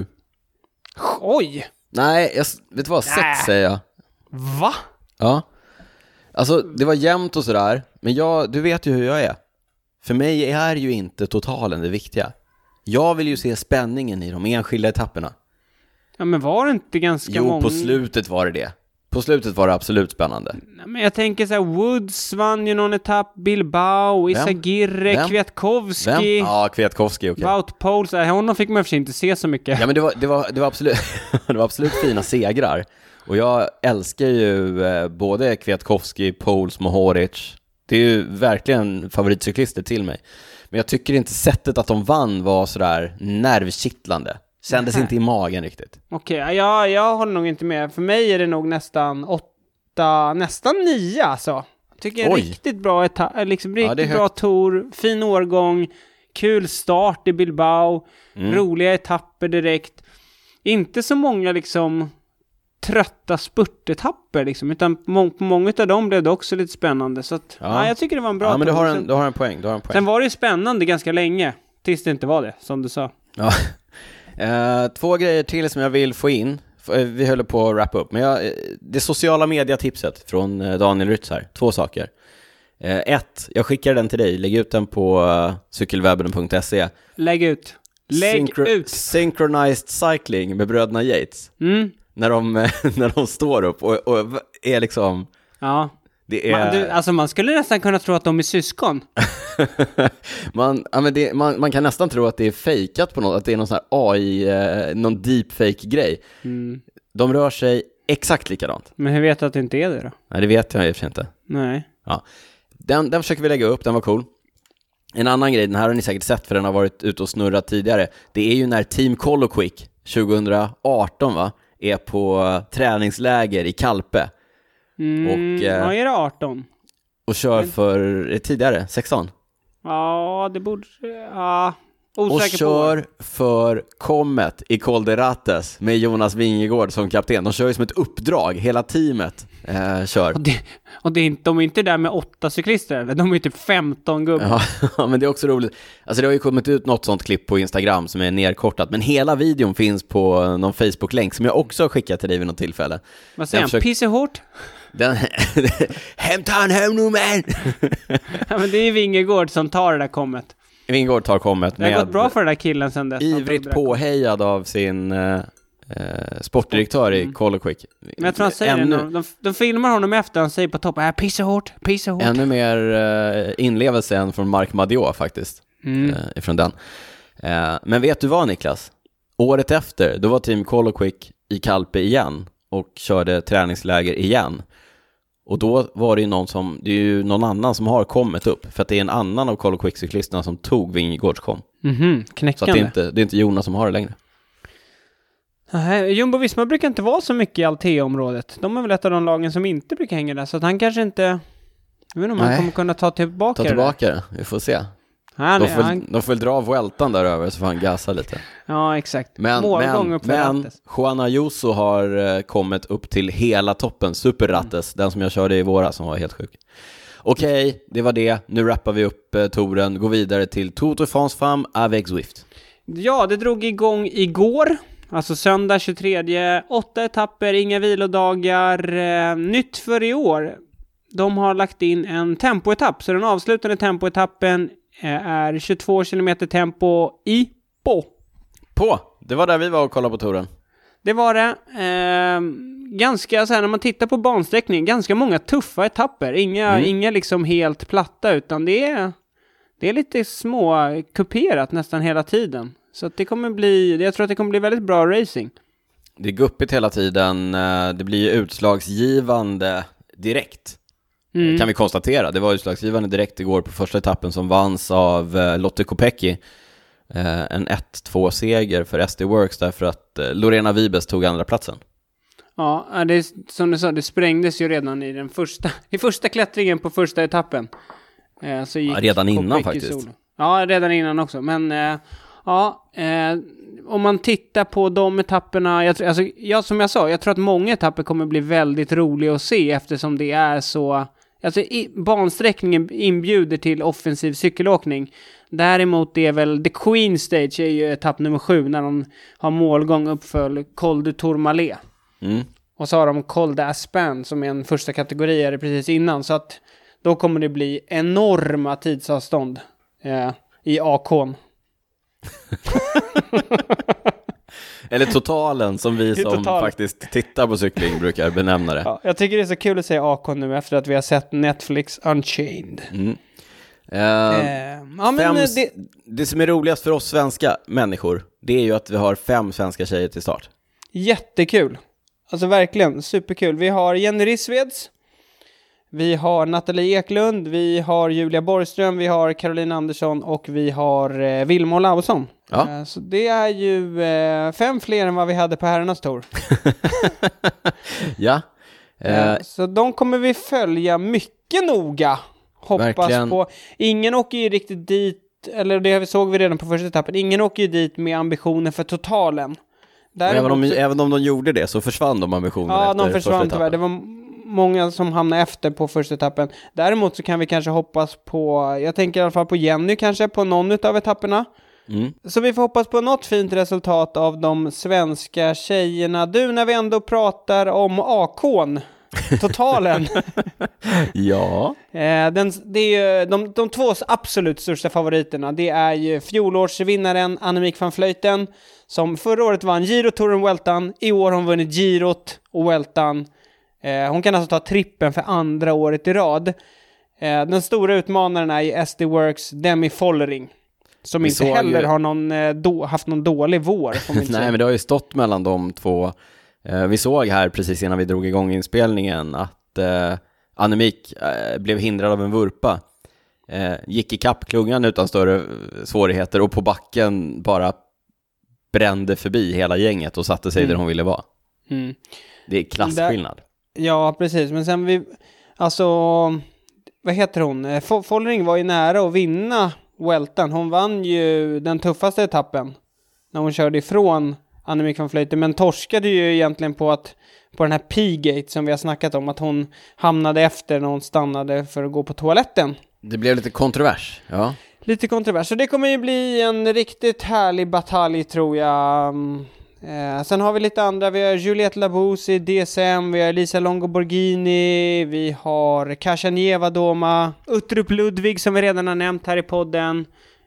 [SPEAKER 2] Oj!
[SPEAKER 1] Nej, vet du vad? 6 säger jag.
[SPEAKER 2] Va?
[SPEAKER 1] Ja. Alltså, det var jämnt och sådär. Men du vet ju hur jag är. För mig är ju inte totalen det viktiga. Jag vill ju se spänningen i de enskilda etapperna.
[SPEAKER 2] Ja, men var det inte ganska många?
[SPEAKER 1] Jo, på slutet var det. På slutet var det absolut spännande.
[SPEAKER 2] Men jag tänker så här, Woods vann ju någon etapp, Bilbao, Izagirre, Kwiatkowski.
[SPEAKER 1] Ja, Kwiatkowski, okej.
[SPEAKER 2] Wout Poels, honom fick man för sig inte se så mycket.
[SPEAKER 1] Ja, men det var absolut det var absolut fina segrar. Och jag älskar ju både Kwiatkowski, Poels, Mohoric. Det är ju verkligen favoritcyklister till mig. Men jag tycker inte sättet att de vann var sådär nervkittlande. Kändes inte i magen riktigt.
[SPEAKER 2] Okej, jag håller nog inte med. För mig är det nog nästan 8, nästan 9 alltså. Jag tycker en riktigt bra riktigt bra tour, fin årgång, kul start i Bilbao, roliga etapper direkt. Inte så många liksom trötta spurtetapper liksom, utan på många av dem blev det också lite spännande. Så att, jag tycker det var en bra tour.
[SPEAKER 1] Men du har en poäng.
[SPEAKER 2] Sen var det ju spännande ganska länge, tills det inte var det, som du sa.
[SPEAKER 1] Ja. 2 grejer till som jag vill få in. Vi håller på att wrappa upp. Men det sociala mediatipset från Daniel Rytz här. 2 saker. 1, jag skickar den till dig. Lägg ut den på cykelwebben.se.
[SPEAKER 2] Lägg ut.
[SPEAKER 1] Synchronized cycling med bröderna Yates. När de står upp och är liksom...
[SPEAKER 2] Ja. Det är... man skulle nästan kunna tro att de är syskon.
[SPEAKER 1] man kan nästan tro att det är fejkat på något, att det är någon sån här AI, någon deepfake-grej. De rör sig exakt likadant.
[SPEAKER 2] Men hur vet du att det inte är det då?
[SPEAKER 1] Nej, det vet jag i och för sig inte.
[SPEAKER 2] Nej.
[SPEAKER 1] Ja. Den försöker vi lägga upp, den var cool. En annan grej, den här har ni säkert sett för den har varit ute och snurrat tidigare. Det är ju när Team Coloquick 2018 är på träningsläger i Kalpe.
[SPEAKER 2] Ja, är det 18?
[SPEAKER 1] Och kör för tidigare, 16?
[SPEAKER 2] Ja, det borde... Ja, osäker
[SPEAKER 1] och kör för Comet i Col de Rates med Jonas Vingegård som kapten. De kör ju som ett uppdrag, hela teamet kör.
[SPEAKER 2] Och de är inte där med 8 cyklister, eller? De är typ 15 gubbar.
[SPEAKER 1] Ja, men det är också roligt. Alltså det har ju kommit ut något sånt klipp på Instagram som är nerkortat, men hela videon finns på någon Facebook-länk som jag också har skickat till dig vid något tillfälle.
[SPEAKER 2] Vad säger han? Pisse hårt?
[SPEAKER 1] Hämta han hem nu, man!
[SPEAKER 2] Ja, men det är Vingegård som tar det där kommet.
[SPEAKER 1] Vingegård tar kommet.
[SPEAKER 2] Det har gått bra för den där killen sen dess.
[SPEAKER 1] Ivrigt påhejad av sin sportdirektör i Coloquick.
[SPEAKER 2] Men jag tror han säger det. De filmar honom efter, han säger på toppen, pissa hårt.
[SPEAKER 1] Ännu mer inlevelse än från Marc Madiot faktiskt. Ifrån den. Men vet du vad, Niklas? Året efter, då var Team Coloquick i Kalpe igen och körde träningsläger igen. Och då var det ju det är ju någon annan som har kommit upp. För att det är en annan av Coloquick-cyklisterna som tog Vingegårds kom.
[SPEAKER 2] Knäckande.
[SPEAKER 1] Så att det är inte Jonas som har det längre.
[SPEAKER 2] Jumbo-Visma brukar inte vara så mycket i Altea-området. De är väl ett av de lagen som inte brukar hänga där. Så att han kanske inte... Jag vet inte om han kommer kunna ta tillbaka
[SPEAKER 1] det. Vi får se. De får väl dra Vueltan där över så får han gasa lite.
[SPEAKER 2] Ja, exakt.
[SPEAKER 1] Men Juan Ayuso har kommit upp till hela toppen. Superrattes, den som jag körde i våras som var helt sjuk. Okej, det var det. Nu rappar vi upp touren. Går vidare till Tour de France Femme avec Zwift.
[SPEAKER 2] Ja, det drog igång igår. Alltså söndag 23. 8 etapper, inga vilodagar. Nytt för i år. De har lagt in en tempoetapp. Så den avslutande tempoetappen är 22 km tempo i på.
[SPEAKER 1] Det var där vi var och kollade på touren.
[SPEAKER 2] Det var det. Ganska så här, när man tittar på bansträckningen, ganska många tuffa etapper. Inga liksom helt platta, utan det är lite små kuperat nästan hela tiden. Så att jag tror att det kommer bli väldigt bra racing.
[SPEAKER 1] Det är guppigt hela tiden. Det blir utslagsgivande direkt. Kan vi konstatera. Det var utslagsgivande direkt igår på första etappen som vanns av Lotte Kopecky. En 1-2-seger för SD Works därför att Lorena Vibes tog andra platsen.
[SPEAKER 2] Ja, det, som du sa, det sprängdes ju redan i första klättringen på första etappen. Så gick
[SPEAKER 1] redan innan
[SPEAKER 2] Kopecky
[SPEAKER 1] faktiskt.
[SPEAKER 2] solo. Ja, redan innan också. Men om man tittar på de etapperna, som jag sa, jag tror att många etapper kommer bli väldigt roliga att se eftersom det är så. Alltså bansträckningen inbjuder till offensiv cykelåkning. Däremot är väl The Queen Stage är ju etapp nummer 7 när de har målgång uppför Col du Tourmalet. Och så har de Col d'Aspin som är en första kategori är det precis innan. Så att då kommer det bli enorma tidsavstånd i AK:n.
[SPEAKER 1] Eller totalen som vi som faktiskt tittar på cykling brukar benämna det.
[SPEAKER 2] Ja, jag tycker det är så kul att säga AK nu efter att vi har sett Netflix Unchained.
[SPEAKER 1] Det som är roligast för oss svenska människor, det är ju att vi har 5 svenska tjejer till start.
[SPEAKER 2] Jättekul. Alltså verkligen, superkul. Vi har Jenny Rissveds, vi har Nathalie Eklund, vi har Julia Borgström, vi har Caroline Andersson och vi har Vilma Olausson.
[SPEAKER 1] Ja.
[SPEAKER 2] Så det är ju 5 fler än vad vi hade på herrarnas tour.
[SPEAKER 1] Ja.
[SPEAKER 2] Så de kommer vi följa mycket noga. Hoppas verkligen. På. Ingen åker ju riktigt dit, eller det såg vi redan på första etappen. Ingen åker ju dit med ambitioner för totalen.
[SPEAKER 1] Även om de gjorde det så försvann de ambitionerna.
[SPEAKER 2] Ja, de försvann tyvärr. Det var många som hamnade efter på första etappen. Däremot så kan vi kanske hoppas på, jag tänker i alla fall på Jenny kanske, på någon av etapperna. Så vi får hoppas på något fint resultat av de svenska tjejerna. Du, när vi ändå pratar om AK:n, totalen.
[SPEAKER 1] Ja.
[SPEAKER 2] Det är ju de 2 absolut största favoriterna. Det är ju fjolårsvinnaren Annemiek van Vleuten som förra året vann Giro, Touren, Vueltan. I år har hon vunnit Girot och Vueltan. Hon kan alltså ta trippen för andra året i rad. Den stora utmanaren är ju SD Works Demi Follering. Som inte heller har haft någon dålig vår.
[SPEAKER 1] Nej, men det har ju stått mellan de 2. Vi såg här precis innan vi drog igång inspelningen att Annemiek blev hindrad av en vurpa. Gick i kappklungan utan större svårigheter och på backen bara brände förbi hela gänget och satte sig där hon ville vara. Det är klassskillnad.
[SPEAKER 2] Ja, precis. Men sen vad heter hon? Follering var ju nära att vinna Vueltan. Hon vann ju den tuffaste etappen när hon körde ifrån Annemiek van Vleuten, men torskade ju egentligen på den här P-gate som vi har snackat om, att hon hamnade efter när hon stannade för att gå på toaletten.
[SPEAKER 1] Det blev lite kontrovers, ja.
[SPEAKER 2] Lite kontrovers, så det kommer ju bli en riktigt härlig batalj tror jag. Sen har vi lite andra, vi har Juliette Labous i DSM, vi har Lisa Longo Borghini, vi har Kasia Nieva-Doma, Uttrup Ludvig som vi redan har nämnt här i podden.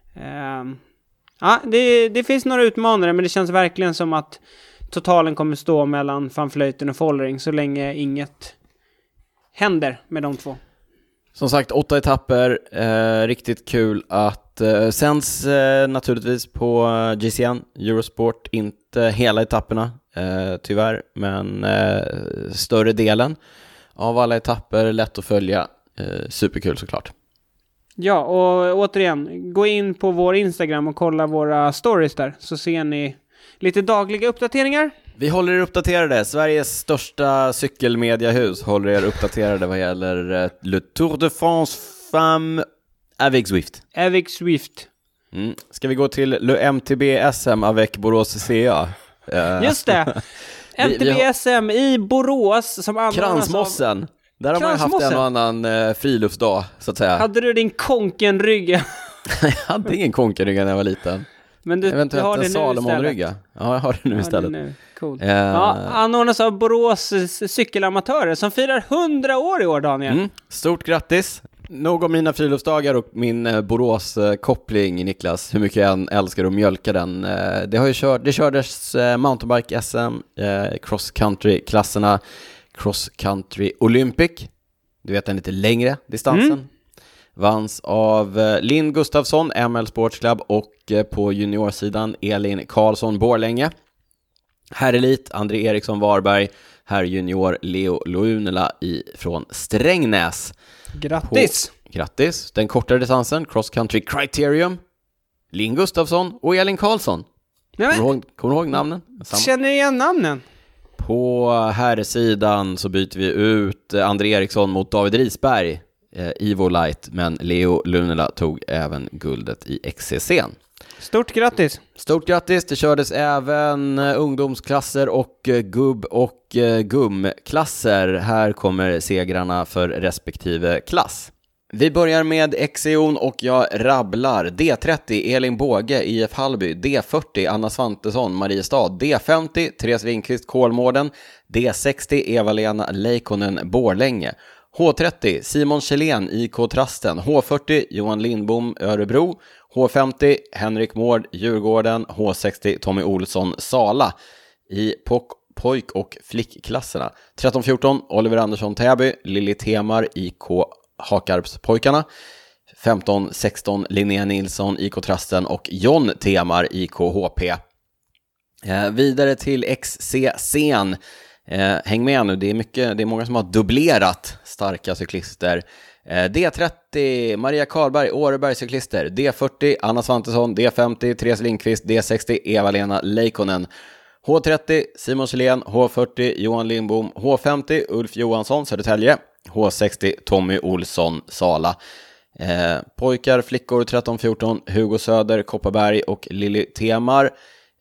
[SPEAKER 2] Ja, det finns några utmanare, men det känns verkligen som att totalen kommer stå mellan van Vleuten och Follering så länge inget händer med de 2.
[SPEAKER 1] Som sagt, 8 etapper, riktigt kul att sänds naturligtvis på GCN, Eurosport, inte hela etapperna tyvärr, men större delen av alla etapper, lätt att följa, superkul såklart. Ja, och återigen, gå in på vår Instagram och kolla våra stories där, så ser ni lite dagliga uppdateringar. Vi håller er uppdaterade. Sveriges största cykelmediahus håller er uppdaterade vad gäller Le Tour de France Femme avec Zwift. Avec Zwift. Ska vi gå till Le MTB SM avec Borås CA? Just det. MTB SM i Borås som anordnas Kransmossen. Där har man ju haft en och annan friluftsdag, så att säga.
[SPEAKER 2] Hade du din konkenrygga?
[SPEAKER 1] Jag hade ingen konkenrygga när jag var liten.
[SPEAKER 2] Men du har det nu
[SPEAKER 1] Salomon-rygga. Ja, jag har det nu istället.
[SPEAKER 2] Det nu. Cool. Anordnas av Borås cykelamatörer som firar 100 år i år, Daniel.
[SPEAKER 1] Stort grattis. Nog om mina friluftsdagar och min Borås-koppling, Niklas. Hur mycket jag än älskar att mjölka den. Det kördes mountainbike-SM, cross-country-klasserna, cross-country Olympic. Du vet, den lite längre distansen. Vanns av Linn Gustafsson, ML Sports Club, och på juniorsidan Elin Karlsson Borlänge. Herrelit André Eriksson Varberg, herr junior Leo Lounela från Strängnäs.
[SPEAKER 2] Grattis!
[SPEAKER 1] Grattis! Den kortare distansen, cross country criterium, Linn Gustafsson och Elin Karlsson. Kommer du ihåg namnen?
[SPEAKER 2] Känner igen namnen?
[SPEAKER 1] På herrsidan så byter vi ut André Eriksson mot David Risberg, Ivo Light, men Leo Lounela tog även guldet i XCC:n.
[SPEAKER 2] Stort grattis!
[SPEAKER 1] Stort grattis! Det kördes även ungdomsklasser och gubb- och gumklasser. Här kommer segrarna för respektive klass. Vi börjar med XCO'n och jag rabblar. D30 Elin Båge, IF Hallby. D40 Anna Svantesson, Mariestad. D50 Therese Winkvist, Kolmården. D60 Eva-Lena Leikonen, Borlänge. H30 Simon Kjellén, IK Trasten. H40 Johan Lindbom, Örebro. H50 Henrik Mård, Djurgården. H60 Tommy Olsson, Sala. I pojk- och flickklasserna 13-14 Oliver Andersson, Täby. Lilly Temar, IK Hakarpspojkarna. 15-16 Linnea Nilsson, IK Trasten, och John Temar, IK HP. Vidare till XCC:n. Häng med nu, det är många som har dubblerat starka cyklister. D30 Maria Karlberg, Åreberg cyklister. D40 Anna Svantesson. D50 Therese Lindqvist. D60 Eva-Lena Leikonen. H30 Simon Kjellén. H40 Johan Lindbom. H50 Ulf Johansson, Södertälje. H60 Tommy Olsson, Sala. Pojkar, flickor 13-14 Hugo Söder, Kopparberg och Lilly Temar.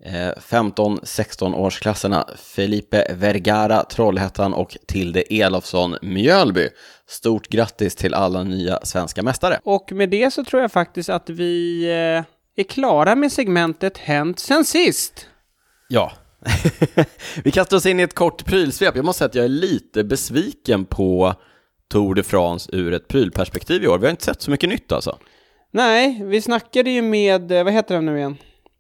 [SPEAKER 1] 15-16 årsklasserna Felipe Vergara, Trollhättan, och Tilde Elofsson, Mjölby. Stort grattis till alla nya svenska mästare.
[SPEAKER 2] Och med det så tror jag faktiskt att vi är klara med segmentet Hänt sen sist.
[SPEAKER 1] Ja. Vi kastar oss in i ett kort prylsvep. Jag måste säga att jag är lite besviken på Tour de France ur ett prylperspektiv i år. Vi har inte sett så mycket nytt alltså.
[SPEAKER 2] Nej, vi snackade ju med, vad heter han nu igen?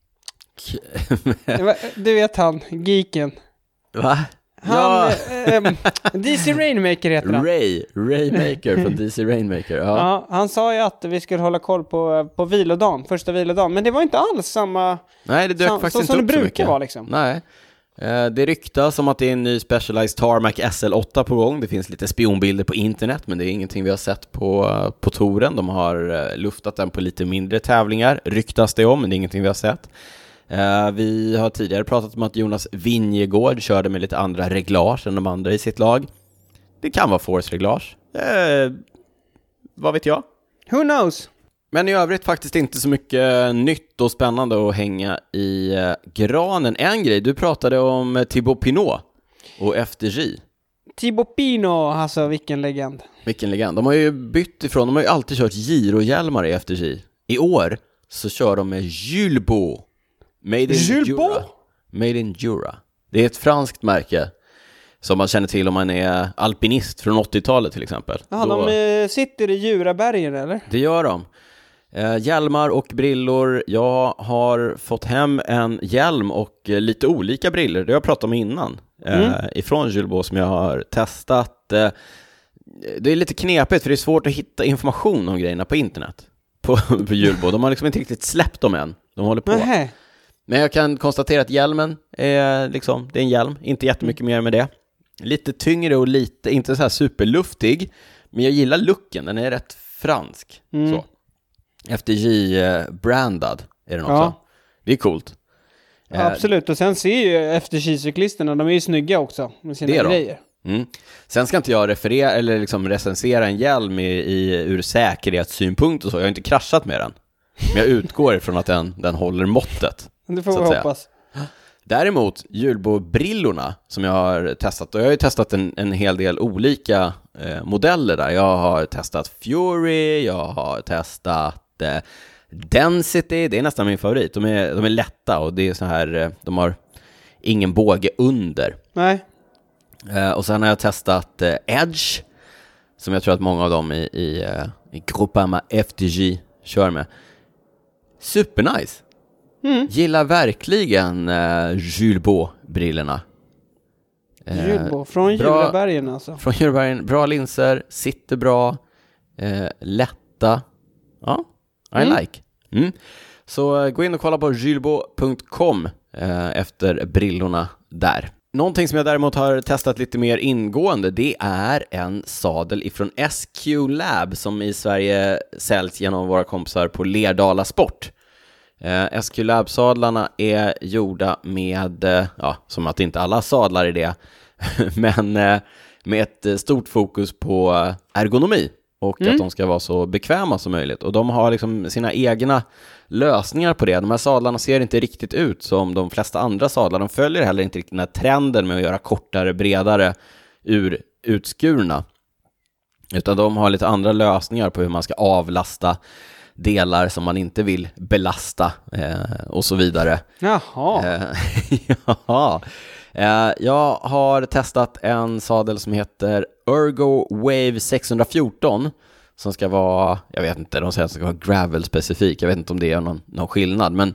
[SPEAKER 2] Du vet han, geeken.
[SPEAKER 1] Va?
[SPEAKER 2] Han, DC Rainmaker heter han.
[SPEAKER 1] Raymaker från DC Rainmaker. Ja,
[SPEAKER 2] han sa ju att vi skulle hålla koll på vilodagen, första vilodagen. Men det var inte alls samma.
[SPEAKER 1] Nej, det dök faktiskt inte
[SPEAKER 2] som
[SPEAKER 1] upp
[SPEAKER 2] det
[SPEAKER 1] så
[SPEAKER 2] brukar
[SPEAKER 1] mycket.
[SPEAKER 2] Vara liksom.
[SPEAKER 1] Nej. Det ryktas som att det är en ny Specialized Tarmac SL8 på gång. Det finns lite spionbilder på internet, men det är ingenting vi har sett på touren. De har luftat den på lite mindre tävlingar, ryktas det om, men det är ingenting vi har sett. Vi har tidigare pratat om att Jonas Vingegaard körde med lite andra reglage än de andra i sitt lag. Det kan vara force-reglage. Vad vet jag?
[SPEAKER 2] Who knows?
[SPEAKER 1] Men i övrigt faktiskt inte så mycket nytt och spännande att hänga i granen. En grej, du pratade om Thibaut Pinot och FDJ.
[SPEAKER 2] Thibaut Pinot, alltså vilken legend.
[SPEAKER 1] Vilken legend. De har ju bytt ifrån, de har ju alltid kört Giro-hjälmar i FDJ. I år så kör de med Julbo. Made in Jura. Det är ett franskt märke som man känner till om man är alpinist från 80-talet till exempel.
[SPEAKER 2] Ja, de sitter i Jurabergen eller?
[SPEAKER 1] Det gör de. Hjälmar och brillor. Jag har fått hem en hjälm och lite olika brillor. Det har jag pratat om innan. Ifrån Julbo som jag har testat. Det är lite knepigt för det är svårt att hitta information om grejerna på internet. På Julbo. De har liksom inte riktigt släppt dem än. De håller på.
[SPEAKER 2] Nähä.
[SPEAKER 1] Men jag kan konstatera att hjälmen är liksom, det är en hjälm. Inte jättemycket mer med det. Lite tyngre och lite, inte så här superluftig. Men jag gillar looken, den är rätt fransk. Så. FDJ-brandad är den också. Ja. Det är coolt.
[SPEAKER 2] Ja, absolut, och sen ser ju FDJ-cyklisterna, de är ju snygga också med sina grejer.
[SPEAKER 1] Sen ska inte jag referera eller liksom recensera en hjälm ur säkerhetssynpunkt och så. Jag har inte kraschat med den. Men jag utgår ifrån att den håller måttet.
[SPEAKER 2] Det får vi hoppas.
[SPEAKER 1] Däremot Hjulbo-brillorna som jag har testat, och jag har ju testat en hel del olika modeller där. Jag har testat Fury, jag har testat Density, det är nästan min favorit. De är lätta och det är så här, de har ingen båge under.
[SPEAKER 2] Nej.
[SPEAKER 1] Och sen har jag testat Edge, som jag tror att många av dem i Groupama FDJ kör med. Supernice. Gillar verkligen Hjulbo-brillorna.
[SPEAKER 2] Hjulbo, från Djurabergen alltså.
[SPEAKER 1] Från Djurabergen, bra linser, sitter bra, lätta. Ja, I like. Så gå in och kolla på hjulbo.com efter brillorna där. Någonting som jag däremot har testat lite mer ingående, det är en sadel ifrån SQ Lab som i Sverige säljs genom våra kompisar på Lerdala Sport. SQ Lab-sadlarna är gjorda med, som att inte alla sadlar är det, men med ett stort fokus på ergonomi och att de ska vara så bekväma som möjligt. Och de har liksom sina egna lösningar på det. De här sadlarna ser inte riktigt ut som de flesta andra sadlar. De följer heller inte riktigt den här trenden med att göra kortare, bredare, utskurna. Utan de har lite andra lösningar på hur man ska avlasta delar som man inte vill belasta och så vidare.
[SPEAKER 2] Jaha.
[SPEAKER 1] Ja. Jag har testat en sadel som heter Ergo Wave 614 som ska vara, jag vet inte, de säger att det ska vara gravel-specifik. Jag vet inte om det är någon skillnad, men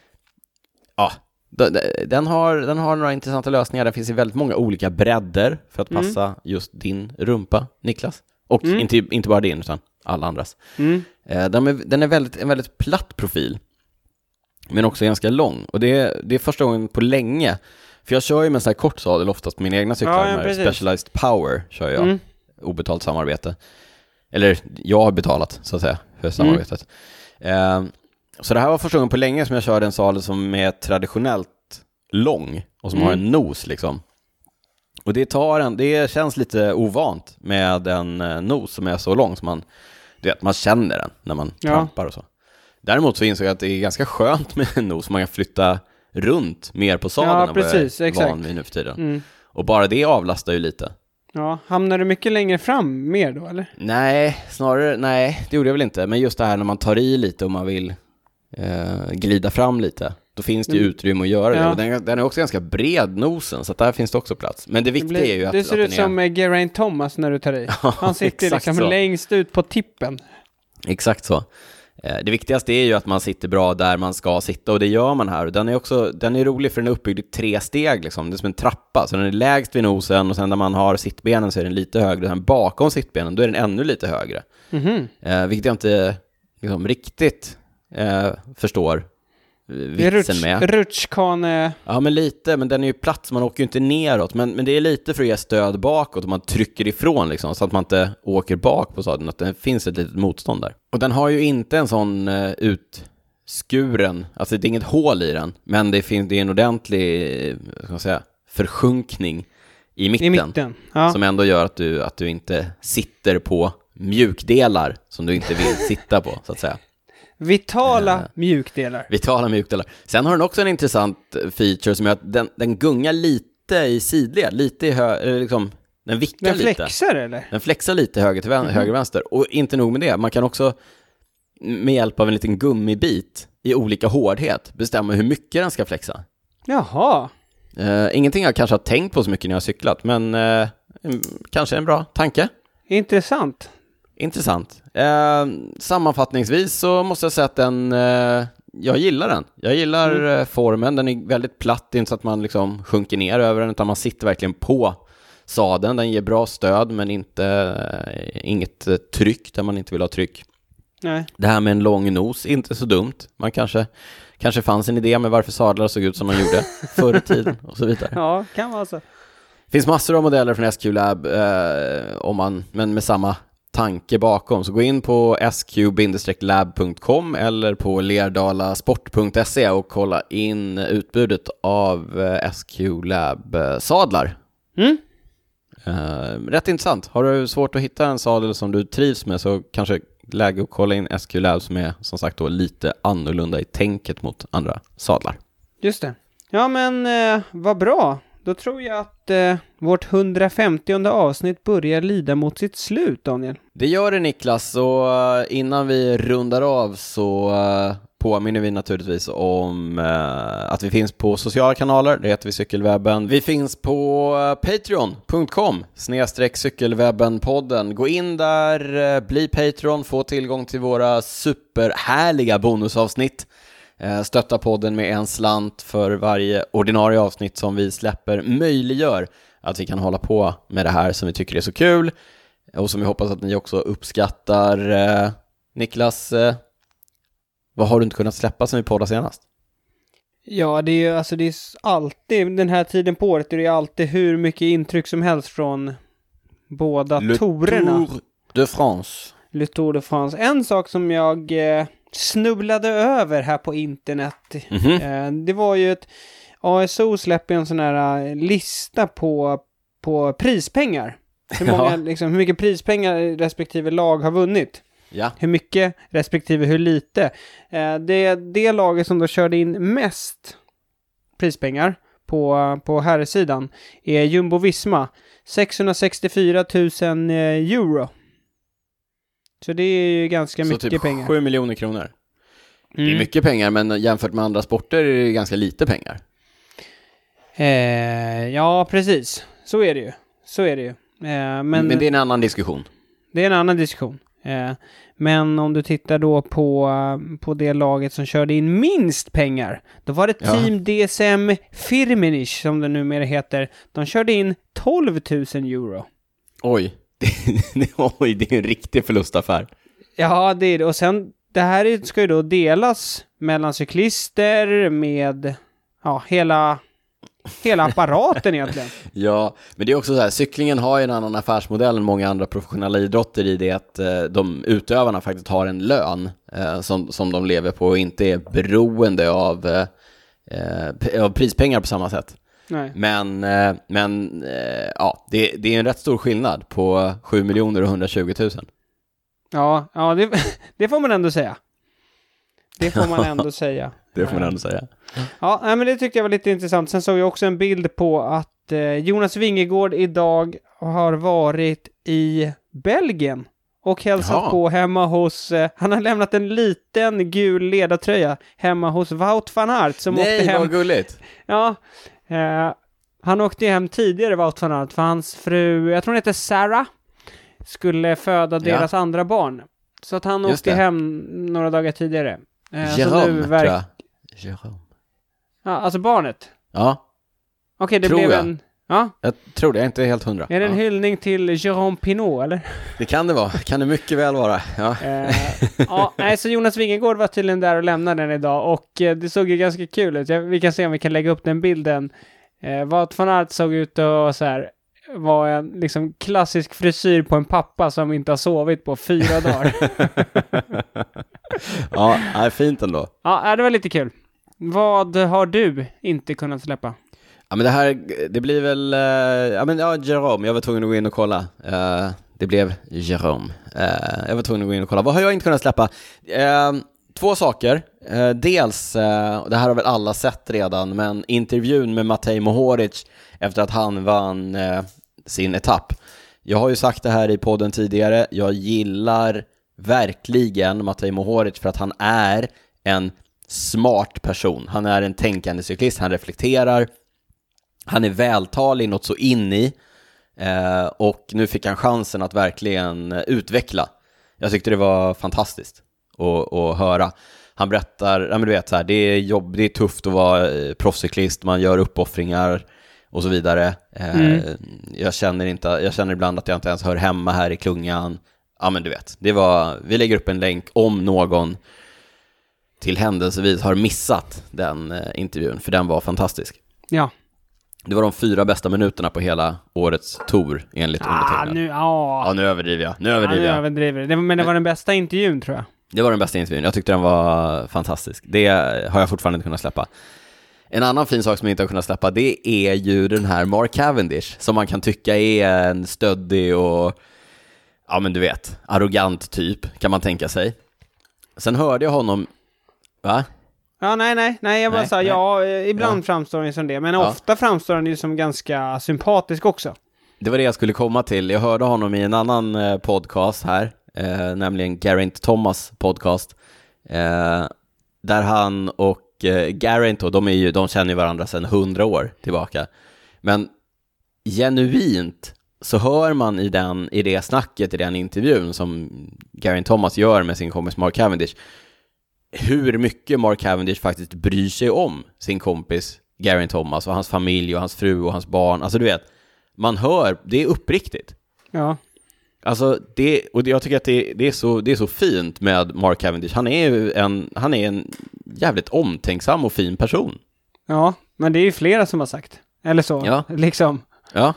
[SPEAKER 1] ja, den har några intressanta lösningar. Det finns i väldigt många olika bredder för att passa just din rumpa, Niklas. Och inte bara din, utan alla andras. Den är en väldigt platt profil, men också ganska lång. Och det är första gången på länge. För jag kör ju med en sån här kort sadel oftast på mina egna cyklar. Ja, Specialized Power kör jag. Obetalt samarbete. Eller jag har betalat, så att säga, för samarbetet. Så det här var första gången på länge som jag körde en sadel som är traditionellt lång. Och som har en nos liksom. Och det känns lite ovant med en nos som är så lång som man känner den när man trampar och så. Däremot så insåg jag att det är ganska skönt med en nos. Man kan flytta runt mer på sadeln än vad jag är van vid nu för tiden. Och bara det avlastar ju lite.
[SPEAKER 2] Ja, hamnar du mycket längre fram mer då, eller?
[SPEAKER 1] Nej, det gjorde jag väl inte. Men just det här när man tar i lite och man vill glida fram lite, då finns det ju utrymme att göra det. Och den är också ganska bred, nosen, så att där finns det också plats. Men det viktiga är ju att
[SPEAKER 2] det ser ut som Geraint Thomas när du tar i. Han sitter liksom längst ut på tippen.
[SPEAKER 1] Exakt så. Det viktigaste är ju att man sitter bra där man ska sitta, och det gör man här. Den är rolig för den är uppbyggd i 3 steg liksom. Det är som en trappa, så den är lägst vid nosen och sen när man har sittbenen så är den lite högre. Sen bakom sittbenen då är den ännu lite högre. Vilket jag inte liksom riktigt förstår vitsen med.
[SPEAKER 2] Rutschkane.
[SPEAKER 1] Ja, men lite, men den är ju platt så man åker ju inte neråt, men det är lite för att ge stöd bakåt och man trycker ifrån liksom, så att man inte åker bak på sadeln, att det finns ett litet motstånd där. Och den har ju inte en sån utskuren, alltså det är inget hål i den, men det är en ordentlig, ska man säga, försjunkning i mitten som ändå gör att du inte sitter på mjukdelar som du inte vill sitta på, så att säga.
[SPEAKER 2] Vitala mjukdelar.
[SPEAKER 1] Sen har den också en intressant feature som är att den gungar lite i sidled, lite i liksom, den vickar lite. Den
[SPEAKER 2] flexar eller?
[SPEAKER 1] Den flexar lite höger till höger vänster. Och inte nog med det, man kan också med hjälp av en liten gummibit i olika hårdhet bestämma hur mycket den ska flexa.
[SPEAKER 2] Jaha.
[SPEAKER 1] Ingenting jag kanske har tänkt på så mycket när jag har cyklat, men kanske en bra tanke.
[SPEAKER 2] Intressant.
[SPEAKER 1] Sammanfattningsvis så måste jag säga att jag gillar den. Jag gillar formen. Den är väldigt platt, inte så att man liksom sjunker ner över den, utan man sitter verkligen på sadeln. Den ger bra stöd, men inget tryck där man inte vill ha tryck.
[SPEAKER 2] Nej.
[SPEAKER 1] Det här med en lång nos, inte så dumt. Man kanske fanns en idé med varför sadlar såg ut som de gjorde förr i tiden och så vidare.
[SPEAKER 2] Ja, kan vara så.
[SPEAKER 1] Det finns massor av modeller från SQ Lab men med samma tanke bakom. Så gå in på sq-lab.com eller på lerdalasport.se och kolla in utbudet av SQ Lab-sadlar. Rätt intressant. Har du svårt att hitta en sadel som du trivs med, så kanske läge att kolla in SQ Lab, som är som sagt då lite annorlunda i tänket mot andra sadlar.
[SPEAKER 2] Just det. Ja, men vad bra. Då tror jag att vårt 150:e avsnitt börjar lida mot sitt slut, Daniel.
[SPEAKER 1] Det gör det, Niklas, och innan vi rundar av så påminner vi naturligtvis om att vi finns på sociala kanaler. Det heter vi Cykelwebben. Vi finns på patreon.com/cykelwebbenpodden. Gå in där, bli Patreon, få tillgång till våra superhärliga bonusavsnitt. Stötta podden med en slant för varje ordinarie avsnitt som vi släpper, möjliggör att vi kan hålla på med det här som vi tycker är så kul och som vi hoppas att ni också uppskattar. Niklas, vad har du inte kunnat släppa som vi poddade senast?
[SPEAKER 2] Ja, det är ju alltså, det är alltid den här tiden på året, det är alltid hur mycket intryck som helst från båda torerna.
[SPEAKER 1] Tour de France.
[SPEAKER 2] Le Tour de France. En sak som jag snubblade över här på internet, det var ju ett ASO släpper en sån här lista på prispengar. Hur många, liksom, hur mycket prispengar respektive lag har vunnit.
[SPEAKER 1] Ja.
[SPEAKER 2] Hur mycket respektive hur lite. Det laget som då körde in mest prispengar på herrsidan är Jumbo Visma. 664 000 euro. Så det är ju ganska
[SPEAKER 1] så
[SPEAKER 2] mycket
[SPEAKER 1] typ
[SPEAKER 2] pengar.
[SPEAKER 1] 7 miljoner kronor. Det är mycket pengar, men jämfört med andra sporter är det ganska lite pengar.
[SPEAKER 2] Ja, precis. Så är det ju. Men
[SPEAKER 1] det är en annan diskussion.
[SPEAKER 2] Det är en annan diskussion. Men om du tittar då på det laget som körde in minst pengar, då var det Team DSM Firmenich, som det numera heter. De körde in 12 000 euro.
[SPEAKER 1] Oj, det är en riktig förlustaffär.
[SPEAKER 2] Ja, det är det. Och sen, det här ska ju då delas mellan cyklister med hela apparaten egentligen.
[SPEAKER 1] Ja, men det är också så här, cyklingen har ju en annan affärsmodell än många andra professionella idrotter i det att de utövarna faktiskt har en lön som de lever på och inte är beroende av prispengar på samma sätt.
[SPEAKER 2] Nej.
[SPEAKER 1] Men det är en rätt stor skillnad på 7 miljoner och 120 000.
[SPEAKER 2] Ja, det får man ändå säga. Det får man ändå säga. Ja, men det tyckte jag var lite intressant. Sen såg jag också en bild på att Jonas Vingegaard idag har varit i Belgien och hälsat på hemma hos... han har lämnat en liten gul ledartröja hemma hos Wout van Aert som åkte hem. Nej,
[SPEAKER 1] vad gulligt.
[SPEAKER 2] Ja, han åkte hem tidigare, Wout van Aert, för hans fru, jag tror hon heter Sarah, skulle föda deras andra barn. Så att han åkte hem några dagar tidigare.
[SPEAKER 1] Jérôme, tror jag. Jérôme.
[SPEAKER 2] Ja, alltså barnet.
[SPEAKER 1] Ja.
[SPEAKER 2] Okej, det blev en... Ja.
[SPEAKER 1] Jag tror det, jag är inte helt 100.
[SPEAKER 2] Är det en hyllning till Jérôme Pinot, eller?
[SPEAKER 1] Det kan det vara, kan det mycket väl vara. Ja.
[SPEAKER 2] Så Jonas Vingegaard var tydligen där och lämnade den idag. Och det såg ju ganska kul ut. Vi kan se om vi kan lägga upp den bilden. Wout van Aert såg ut och så här... var en liksom klassisk frisyr på en pappa som inte har sovit på 4 dagar.
[SPEAKER 1] Ja, är fint ändå.
[SPEAKER 2] Ja, det var lite kul. Vad har du inte kunnat släppa?
[SPEAKER 1] Ja, men det blir väl Jérôme, jag var tvungen att gå in och kolla. Det blev Jérôme. Jag var tvungen att gå in och kolla. Vad har jag inte kunnat släppa? 2 saker. Dels, det här har väl alla sett redan, men intervjun med Matej Mohoric efter att han vann sin etapp. Jag har ju sagt det här i podden tidigare. Jag gillar verkligen Matej Mohoric för att han är en smart person. Han är en tänkande cyklist. Han reflekterar. Han är vältalig, något så in i. Och nu fick han chansen att verkligen utveckla. Jag tyckte det var fantastiskt att höra. Han berättar, ja men du vet så här, det är tufft att vara proffscyklist, man gör uppoffringar och så vidare. Jag känner ibland att jag inte ens hör hemma här i klungan. Ja men du vet, vi lägger upp en länk om någon till händelsevis har missat den intervjun, för den var fantastisk. Ja. Det var de 4 bästa minuterna på hela årets tour enligt undertecknad. Nu överdriver jag.
[SPEAKER 2] Men det var den bästa intervjun, tror jag.
[SPEAKER 1] Det var den bästa intervjun. Jag tyckte den var fantastisk. Det har jag fortfarande inte kunnat släppa. En annan fin sak som jag inte har kunnat släppa, det är ju den här Mark Cavendish, som man kan tycka är en stöddig och, ja men du vet, arrogant typ, kan man tänka sig. Sen hörde jag honom, va?
[SPEAKER 2] Ja, nej, jag bara sa, ibland framstår han ju som det, men ofta framstår han ju som ganska sympatisk också.
[SPEAKER 1] Det var det jag skulle komma till. Jag hörde honom i en annan podcast här, nämligen Geraint Thomas podcast, där han och Geraint, och de känner ju varandra sedan 100 år tillbaka. Men genuint så hör man i det snacket, i den intervjun som Geraint Thomas gör med sin kompis Mark Cavendish, hur mycket Mark Cavendish faktiskt bryr sig om sin kompis Geraint Thomas och hans familj och hans fru och hans barn. Alltså du vet, man hör, det är uppriktigt.
[SPEAKER 2] Ja.
[SPEAKER 1] Alltså jag tycker att det är så fint med Mark Cavendish. Han är en jävligt omtänksam och fin person.
[SPEAKER 2] Ja, men det är ju flera som har sagt. Eller så, liksom.
[SPEAKER 1] Ja.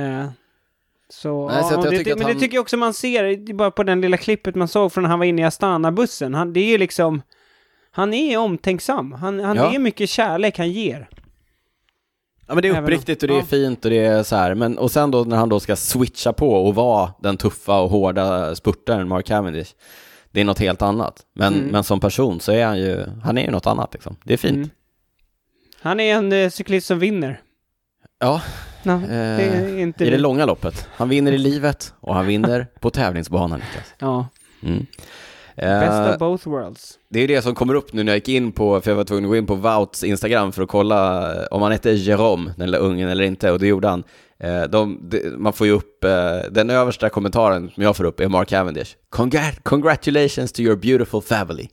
[SPEAKER 2] Det tycker jag också man ser bara på den lilla klippet man såg från när han var inne i Astana-bussen. Det är ju liksom, han är omtänksam. Han är mycket kärlek han ger.
[SPEAKER 1] Ja, men det är uppriktigt och det är fint och det är så här. Men, och sen då när han då ska switcha på och vara den tuffa och hårda spurtaren Mark Cavendish, det är något helt annat. Men som person så är han är ju något annat liksom. Det är fint.
[SPEAKER 2] Han är en cyklist som vinner.
[SPEAKER 1] Ja.
[SPEAKER 2] Det är inte
[SPEAKER 1] i det långa loppet. Han vinner i livet och han vinner på tävlingsbanan.
[SPEAKER 2] Ja. Best of both worlds.
[SPEAKER 1] Det är det som kommer upp nu när jag gick in på, för jag var tvungen att gå in på Wouts Instagram för att kolla om han heter Jérôme, den lilla ungen, eller inte, och det gjorde han. Man får ju upp den översta kommentaren som jag får upp är Mark Cavendish. Congratulations to your beautiful family.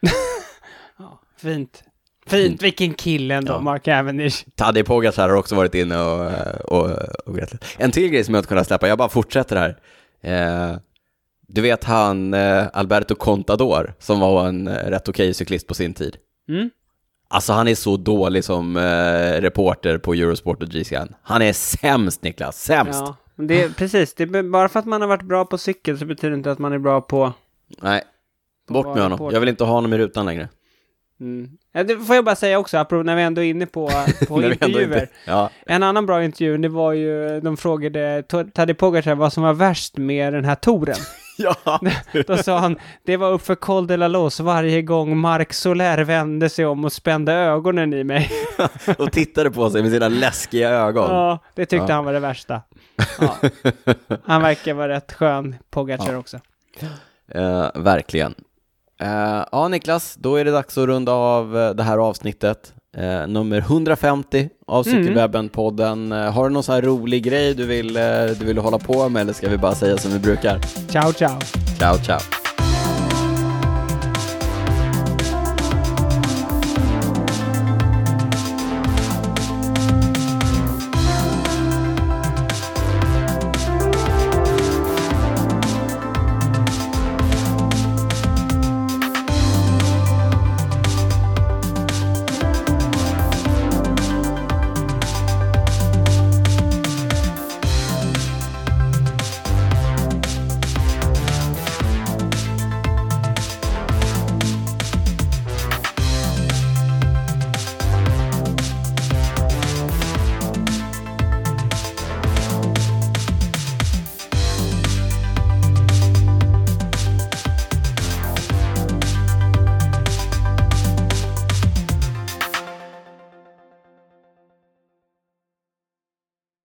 [SPEAKER 2] Ja, fint, vilken kille ändå, Mark Cavendish.
[SPEAKER 1] Tadej Pogačar har också varit inne och en till grej som jag inte kunnat släppa, jag bara fortsätter här. Du vet han Alberto Contador som var en rätt okej cyklist på sin tid. Alltså han är så dålig som reporter på Eurosport och G-Scan. Han är sämst, Niklas, sämst.
[SPEAKER 2] Ja, det är precis, det är bara för att man har varit bra på cykel så betyder det inte att man är bra på.
[SPEAKER 1] Nej, bort med honom. Jag vill inte ha honom i rutan längre.
[SPEAKER 2] Ja, det får jag bara säga också, när vi ändå är inne på intervjuer. En annan bra intervju, det var ju, de frågade Tadej Pogačar vad som var värst med den här touren.
[SPEAKER 1] Ja.
[SPEAKER 2] Då sa han, det var upp för Col de la Loz varje gång Marc Soler vände sig om och spände ögonen i mig.
[SPEAKER 1] Och tittade på sig med sina läskiga ögon.
[SPEAKER 2] Ja, det tyckte han var det värsta. Ja. Han verkar vara rätt skön, Pogačar också.
[SPEAKER 1] Verkligen. Ja, Niklas, då är det dags att runda av det här avsnittet. Nummer 150 av Cykelwebben-podden. Har du någon så här rolig grej du vill hålla på med, eller ska vi bara säga som vi brukar?
[SPEAKER 2] Ciao, ciao.
[SPEAKER 1] Ciao, ciao.